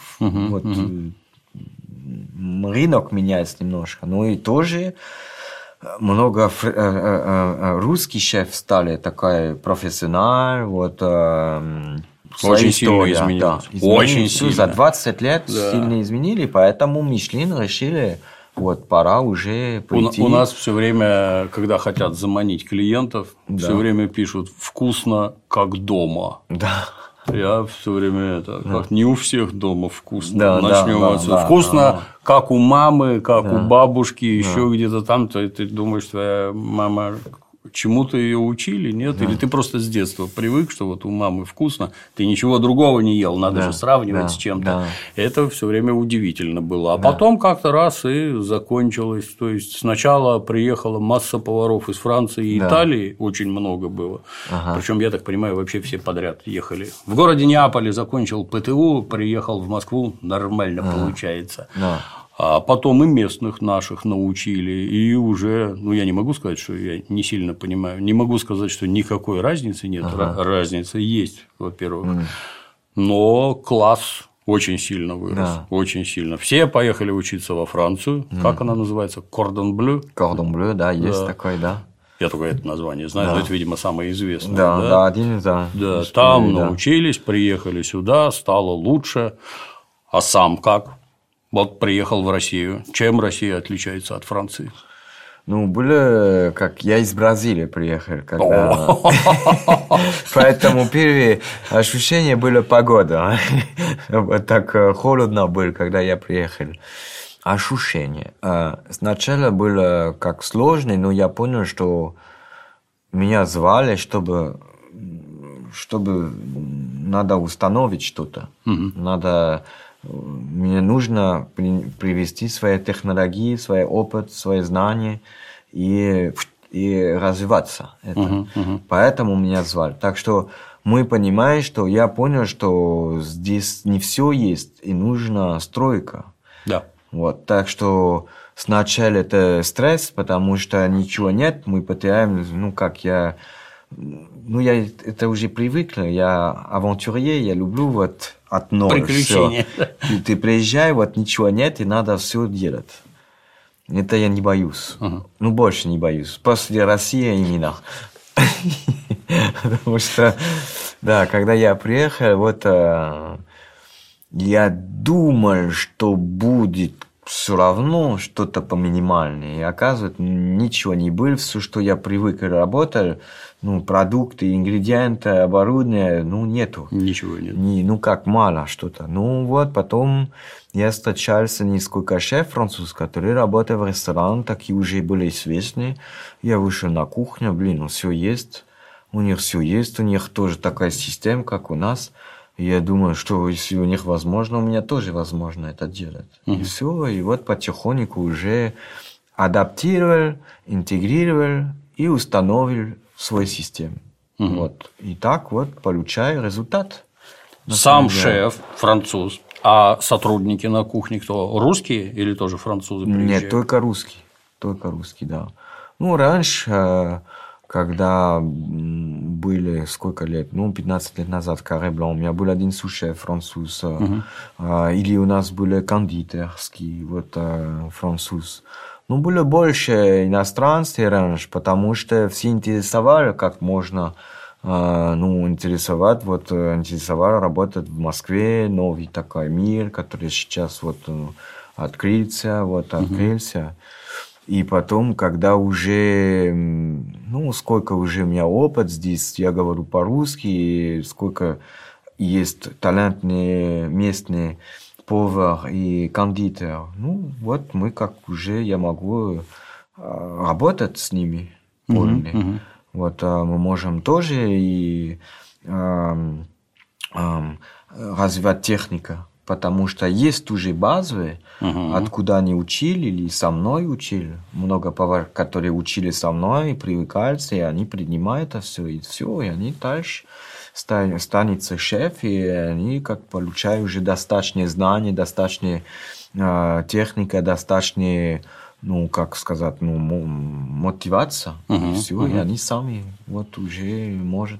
рынок меняется немножко. И тоже много русских шефов стали такой профессионал, очень сильно изменилось. Да, очень сильно. За 20 лет сильно изменили, поэтому Мишлен решили, пора уже прийти. У нас все время, когда хотят заманить клиентов, все время пишут «вкусно, как дома». Да. Я все время как не у всех дома вкусно. Начнем отсюда. Вкусно, как у мамы, как у бабушки, еще где-то там. Ты думаешь, твоя мама чему-то ее учили, нет? Или ты просто с детства привык, что у мамы вкусно, ты ничего другого не ел, надо же сравнивать с чем-то. Это все время удивительно было. А потом как-то раз и закончилось. То есть сначала приехала масса поваров из Франции и Италии, очень много было. Причем, я так понимаю, вообще все подряд ехали. В городе Неаполе закончил ПТУ, приехал в Москву, нормально получается. А потом и местных наших научили, и уже, я не могу сказать, что я не сильно понимаю, не могу сказать, что никакой разницы нет, разница есть, во-первых, но класс очень сильно вырос, очень сильно. Все поехали учиться во Францию, как она называется, Кордон Блю? Кордон Блю, да, есть такой, да. Я только это название знаю, но это, видимо, самое известное. Да, один, да. Там научились, приехали сюда, стало лучше, а сам как? Приехал в Россию. Чем Россия отличается от Франции? Были, как я из Бразилии приехал, когда... Поэтому первые ощущения были погода. Так холодно было, когда я приехал. Ощущения. Сначала было как сложно, но я понял, что меня звали, чтобы надо установить что-то. Мне нужно привести свои технологии, свой опыт, свои знания и развиваться. Поэтому меня звали. Так что мы понимаем, что я понял, что здесь не все есть, и нужна стройка. Да. Так что сначала это стресс, потому что ничего нет, мы потеряем, я это уже привык, я авантюрье, я люблю от ноль. Приключения. Ты приезжай, ничего нет, и надо все делать. Это я не боюсь. Больше не боюсь. После России именно. Потому что, когда я приехал, я думал, что будет все равно что-то по минимальному. И оказывается, ничего не было. Все, что я привык работать, продукты, ингредиенты, оборудование, нету. Ничего нет. Как мало что-то. Потом я встречался несколько шеф французских, которые работали в ресторане, такие уже были известные. Я вышел на кухню, все есть. У них все есть, у них тоже такая система, как у нас. И я думаю, что если у них возможно, у меня тоже возможно это делать. И все, и потихоньку уже адаптировал, интегрировал и установил свою систему. И так получаю результат. Сам шеф француз, а сотрудники на кухне кто? Русские или тоже французы приезжают? Нет, только русские. Только русские, да. Раньше, когда были, сколько лет? 15 лет назад, Каре Блан, у меня был один сушеф француз. Или у нас были кондитерские, француз. Было больше иностранцев раньше, потому что все интересовали, как можно интересовало работать в Москве, новый такой мир, который сейчас открылся. И потом, когда уже, сколько уже у меня опыт здесь, я говорю по-русски, сколько есть талантные местные повар и кондитер. Ну, вот мы как уже, я могу работать с ними. Вот мы можем тоже и развивать технику, потому что есть уже базы, откуда они учили или со мной учили. Много поваров, которые учили со мной, привыкаются, и они принимают это все, и они дальше станется шеф, и они как получают уже достаточно знаний, достаточно техника, достаточно, ну, как сказать, ну, мотивация, и все, и они сами вот уже может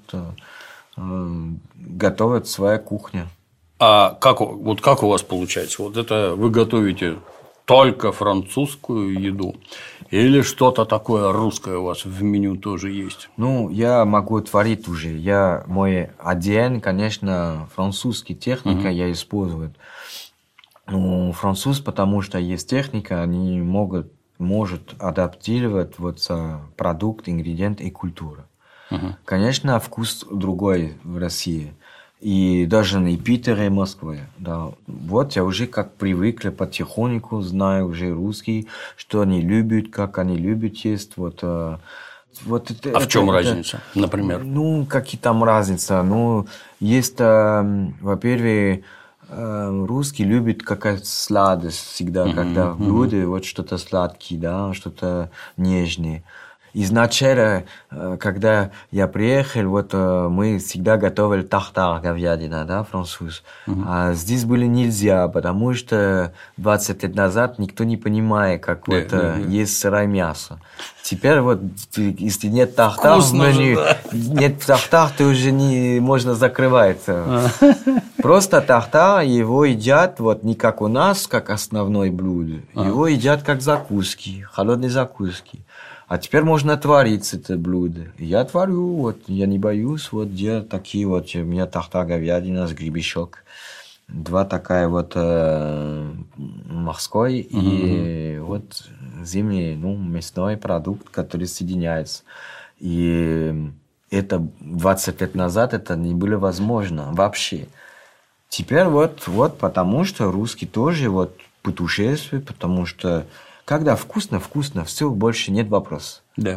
готовят свою кухню. А как у вас получается? Вот это вы готовите только французскую еду? Или что-то такое русское у вас в меню тоже есть? Ну, я могу творить уже. Мой ADN, конечно, французский техника я использую. Ну, француз, потому что есть техника, они может адаптировать вот продукт, ингредиент и культуру. Конечно, вкус другой в России. И даже и Питере, и Москве. Да. Вот я уже как привык, потихоньку знаю уже русский, что они любят, как они любят есть. Вот в чем разница, например? Ну, какие там разница? Ну, есть, во-первых, русские любят какая-то сладость всегда, когда в блюде вот что-то сладкое, да, что-то нежное. Изначально, когда я приехал, вот мы всегда готовили тартар, говядина, да, француз. А здесь было нельзя, потому что 20 лет назад никто не понимает, как есть сырое мясо. Теперь вот, если нет тартар в меню, нет тартар, то уже не можно закрываться. Просто тартар, его едят вот не как у нас, как основное блюдо. Его едят как закуски, холодные закуски. А теперь можно творить это блюдо. Я творю, вот, я не боюсь, вот, делать такие вот, у меня тартар говядина с гребешок. 2 такая вот морской и вот зимний, ну, мясной продукт, который соединяется. И это 20 лет назад это не было возможно вообще. Теперь вот потому что русские тоже вот путешествуют, потому что когда вкусно, все, больше нет вопросов. Да.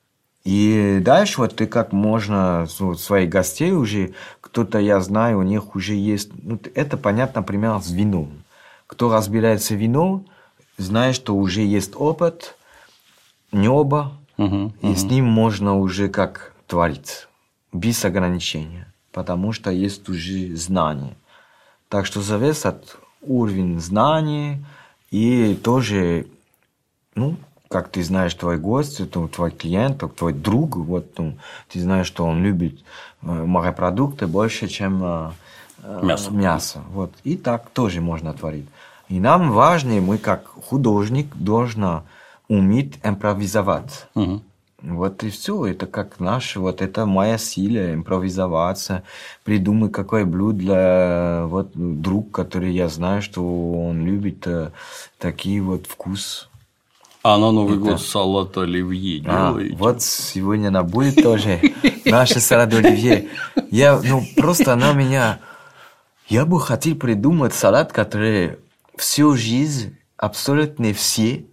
И дальше вот ты как можно своих гостей уже, кто-то, я знаю, у них уже есть... Ну, это понятно, например, с вином. Кто разбирается в вино, знает, что уже есть опыт, небо, и с ним можно уже как творить, без ограничения, потому что есть уже знания. Так что зависит от уровня знаний и тоже... Ну, как ты знаешь, твой гость, твой клиент, твой друг, вот, ты знаешь, что он любит морепродукты больше, чем мясо. Вот. И так тоже можно творить. И нам важно, мы как художник должны уметь импровизовать. Вот и все. Это как вот это моя сила, импровизоваться, придумать какое блюдо для вот друг, который я знаю, что он любит такие вот вкус. А на Новый год салат оливье делаете? Вот сегодня она будет тоже. Наша салат оливье. Просто она меня... Я бы хотел придумать салат, который всю жизнь абсолютно все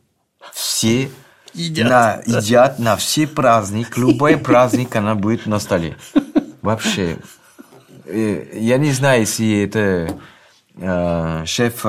едят на все праздники. Любой праздник она будет на столе. Вообще. Я не знаю, если это... шеф,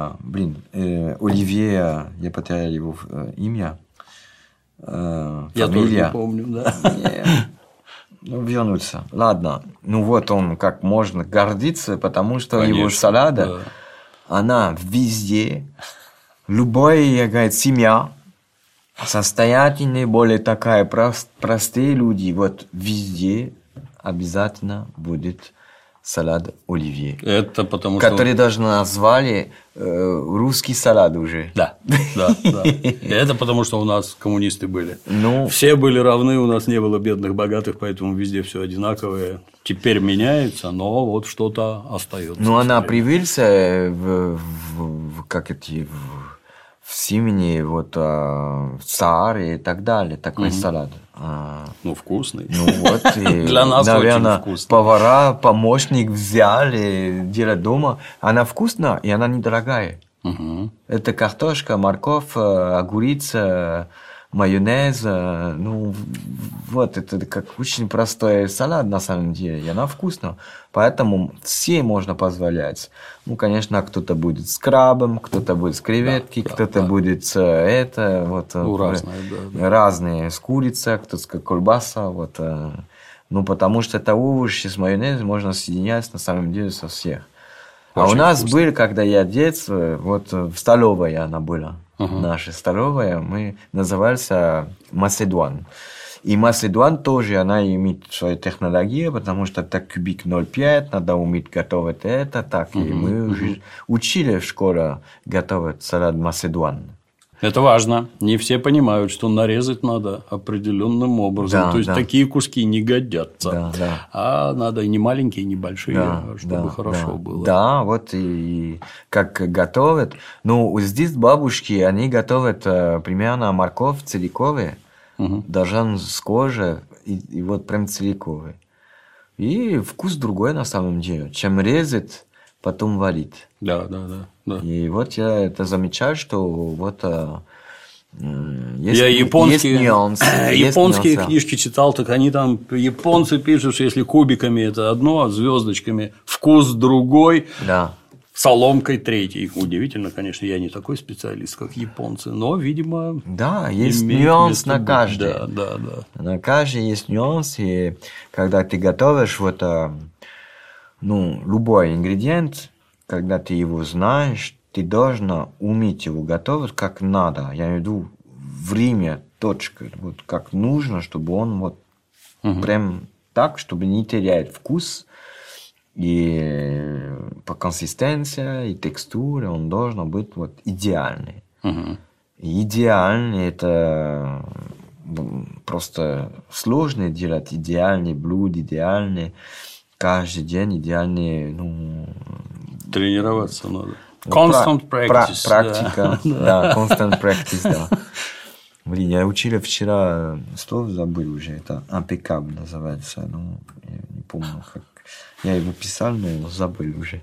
Оливье, я потерял его имя, фамилия. Я тоже не помню, да. Вернуться. Ладно. Ну вот он как можно гордиться, потому что его салата, она везде, любая, говорит, семья, состоятельные, более такая простые люди, вот везде обязательно будет салат оливье. Это потому который даже назвали русский салат уже. Да. Это потому что у нас коммунисты были. Все были равны, у нас не было бедных, богатых, поэтому везде все одинаковое. Теперь меняется, но вот что-то остается. Она привился в семени вот царь и так далее, такой салат. Ну, вкусный. Ну, вот, и, для нас наверное, очень вкусный. повара, помощник взяли делать дома. Она вкусная, и она недорогая. Это картошка, морковь, огурец, майонез. Ну, вот, это как очень простой салат на самом деле, и она вкусная. Поэтому все можно позволять. Ну, конечно, кто-то будет с крабом, кто-то будет с креветки, кто-то будет это, вот, ну, разные, с курицей, кто-то с колбаса, вот. Ну, потому что это овощи с майонезом можно соединять на самом деле со всех. Очень у нас был, когда я детство, вот в столовой она была. Наша столовая, мы назывались Macédoine. И Macédoine тоже, она имеет свою технологию, потому что это кубик 0,5, надо уметь готовить это, так. И мы уже учили в школе готовить салат Macédoine. Это важно. Не все понимают, что нарезать надо определенным образом. То есть такие куски не годятся. А надо и не маленькие, и не большие, чтобы хорошо было. Да, вот и как готовят. Ну, здесь бабушки, они готовят примерно морковь целиковая, даже с кожей, и вот прям целиковая. И вкус другой на самом деле, чем резать, потом варить. Да. И вот я это замечаю, что вот я японские книжки читал, так они там, японцы пишут, что если кубиками это одно, а звездочками вкус другой, соломкой третий. Удивительно, конечно, я не такой специалист, как японцы, но, видимо, да, есть нюанс на каждый. Да. На каждый есть нюанс, и когда ты готовишь вот, ну, любой ингредиент, когда ты его знаешь, ты должна уметь его готовить как надо. Я имею в виду время, точка, вот как нужно, чтобы он вот прям так, чтобы не терять вкус. И по консистенции, и текстуре он должен быть вот идеальный. И идеальный – это просто сложно делать идеальный блюд, идеальный каждый день, идеальный, ну… Тренироваться надо. Constant practice. Практика, да, constant practice, да. Блин, я учил вчера, слово забыл уже, это impeccable называется, ну, я не помню, как. Я его писал, но забыл уже.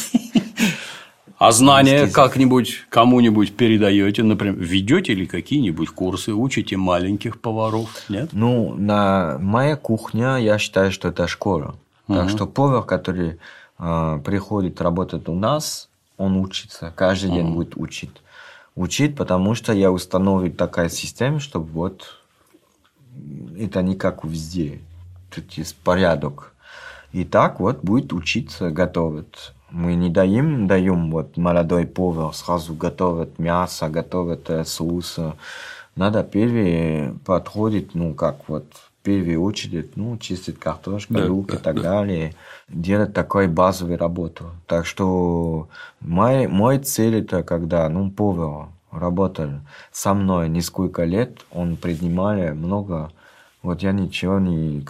А знания как-нибудь кому-нибудь передаете, например, ведете ли какие-нибудь курсы, учите маленьких поваров, нет? Ну, на моя кухня, я считаю, что это школа. Так что повар, который приходит работать у нас, он учится, каждый день будет учить. Учить, потому что я установил такая система, чтобы вот это не как везде. Тут есть порядок. И так вот будет учиться готовить. Мы не даем вот молодой повар сразу готовить мясо, готовить соус. Надо первый подходить, ну как вот в первую очередь, ну чистить картошку, лук и так далее. Делать такой базовую работу. Так что мой цель это когда, ну повар работал со мной несколько лет, он принимал много. Вот я ничего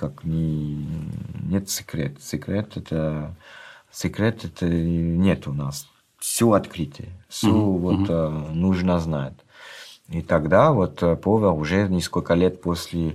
нет секрет. Секрет это нет у нас. Все открытие. Все нужно знать. И тогда вот повар уже несколько лет после,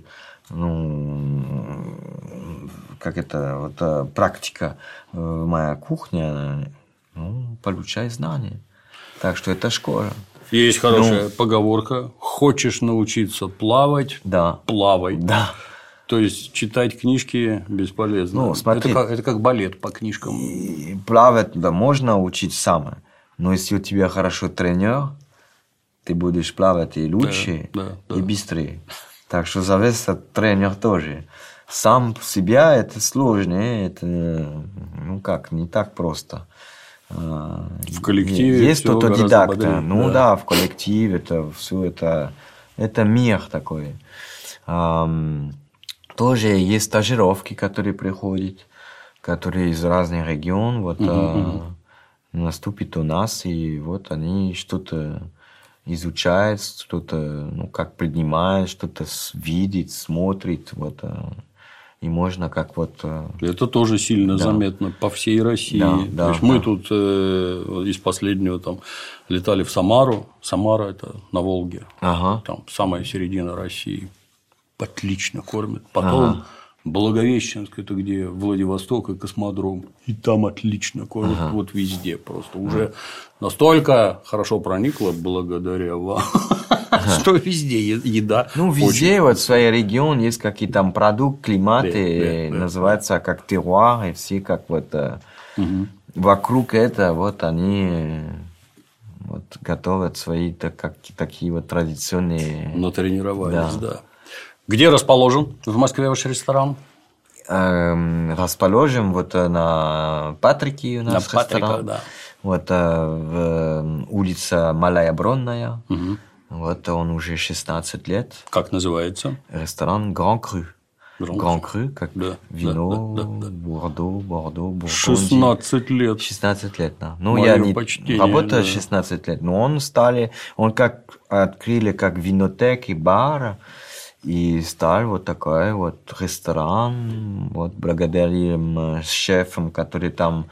практика моя кухня, получает знания. Так что это школа. Есть хорошая поговорка: хочешь научиться плавать, плавай. Да. То есть читать книжки бесполезно. Ну, смотри, это как балет по книжкам. И плавать можно учить сам. Но если у тебя хороший тренер, ты будешь плавать и лучше, и быстрее. Так что зависит от тренера тоже. Сам по себе это сложно, это не так просто. В коллективе есть автодидакта. В коллективе это все это мир такой. Тоже есть стажировки, которые приходят, которые из разных регионов, наступят у нас, и вот они что-то изучают, что-то, как принимают, что-то видят, смотрят, вот. и можно как вот... Это тоже сильно заметно по всей России. То есть мы тут из последнего там летали в Самару. Самара – это на Волге. Там самая середина России. Отлично кормят. Потом Благовещенск – это где Владивосток и космодром. И там отлично кормят. Вот везде просто. Уже настолько хорошо проникло благодаря вам. Что везде еда. Ну, везде вот в своей регионе есть какие-то там продукты, климаты, называется как теруар, и все как вот вокруг этого вот они вот готовят свои такие вот традиционные. Натренировались, да. Где расположен в Москве ваш ресторан? Расположен вот на Патрике у нас ресторан. Да. Вот улица Малая Бронная. Вот он уже 16 лет. Как называется? Ресторан Grand Cru. Grand Cru, как вино, Бордо. 16 лет. 16 лет, да. Ну, я не работаю 16 лет, но он как открыли как винотек и бар, и стал вот такой вот ресторан, вот благодаря шефам, которые там,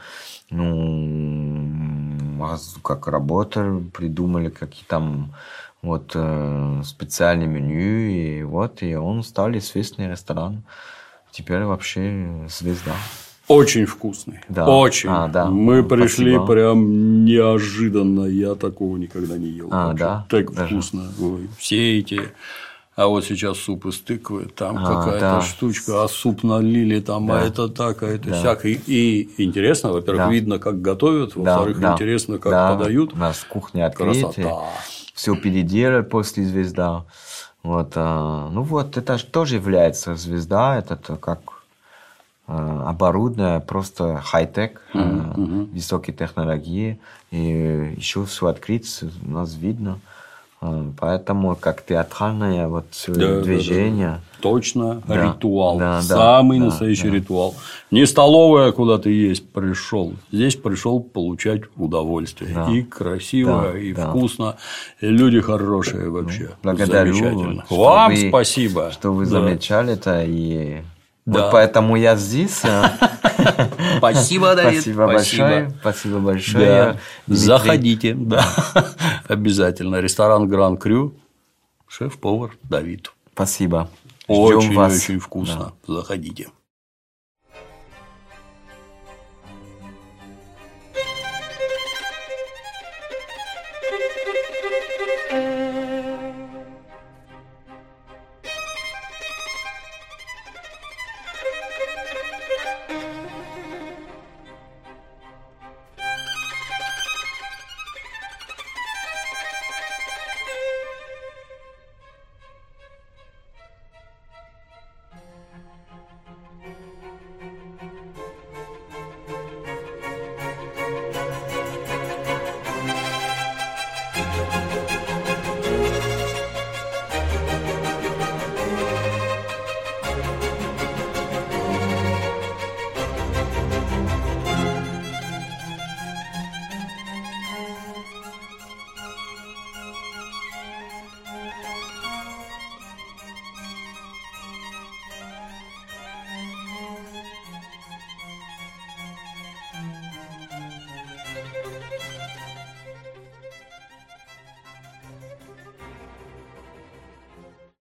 как работали, придумали какие там вот специальные меню, и он стал известный ресторан. Теперь вообще звезда. Очень вкусный. Да. Очень. Мы пришли Спасибо. Прям неожиданно. Я такого никогда не ел. Да? Так Даже. вкусно. Ой, все эти. А вот сейчас суп из тыквы, там какая-то штучка, а суп налили, там, а это так, а это сяк. И интересно, во-первых, видно, как готовят, во-вторых, интересно, как подают. У нас кухня открыта. Красота. Все переделали после звезда. Вот, ну вот, это тоже является звезда, это как оборудование, просто хай-тек, высокие технологии, и еще все открыто, у нас видно. Поэтому как театральное вот движение. Точно, ритуал. Самый настоящий ритуал. Не столовая, куда ты есть пришел. Здесь пришел получать удовольствие. И красиво, и вкусно. И люди хорошие вообще. Благодарю. Замечательно. Вам спасибо. Что вы замечали это. И вот поэтому я здесь. Спасибо, Давид. Спасибо большое. Заходите. Обязательно. Ресторан Grand Cru. Шеф-повар Давид. Спасибо. Очень-очень вкусно. Заходите.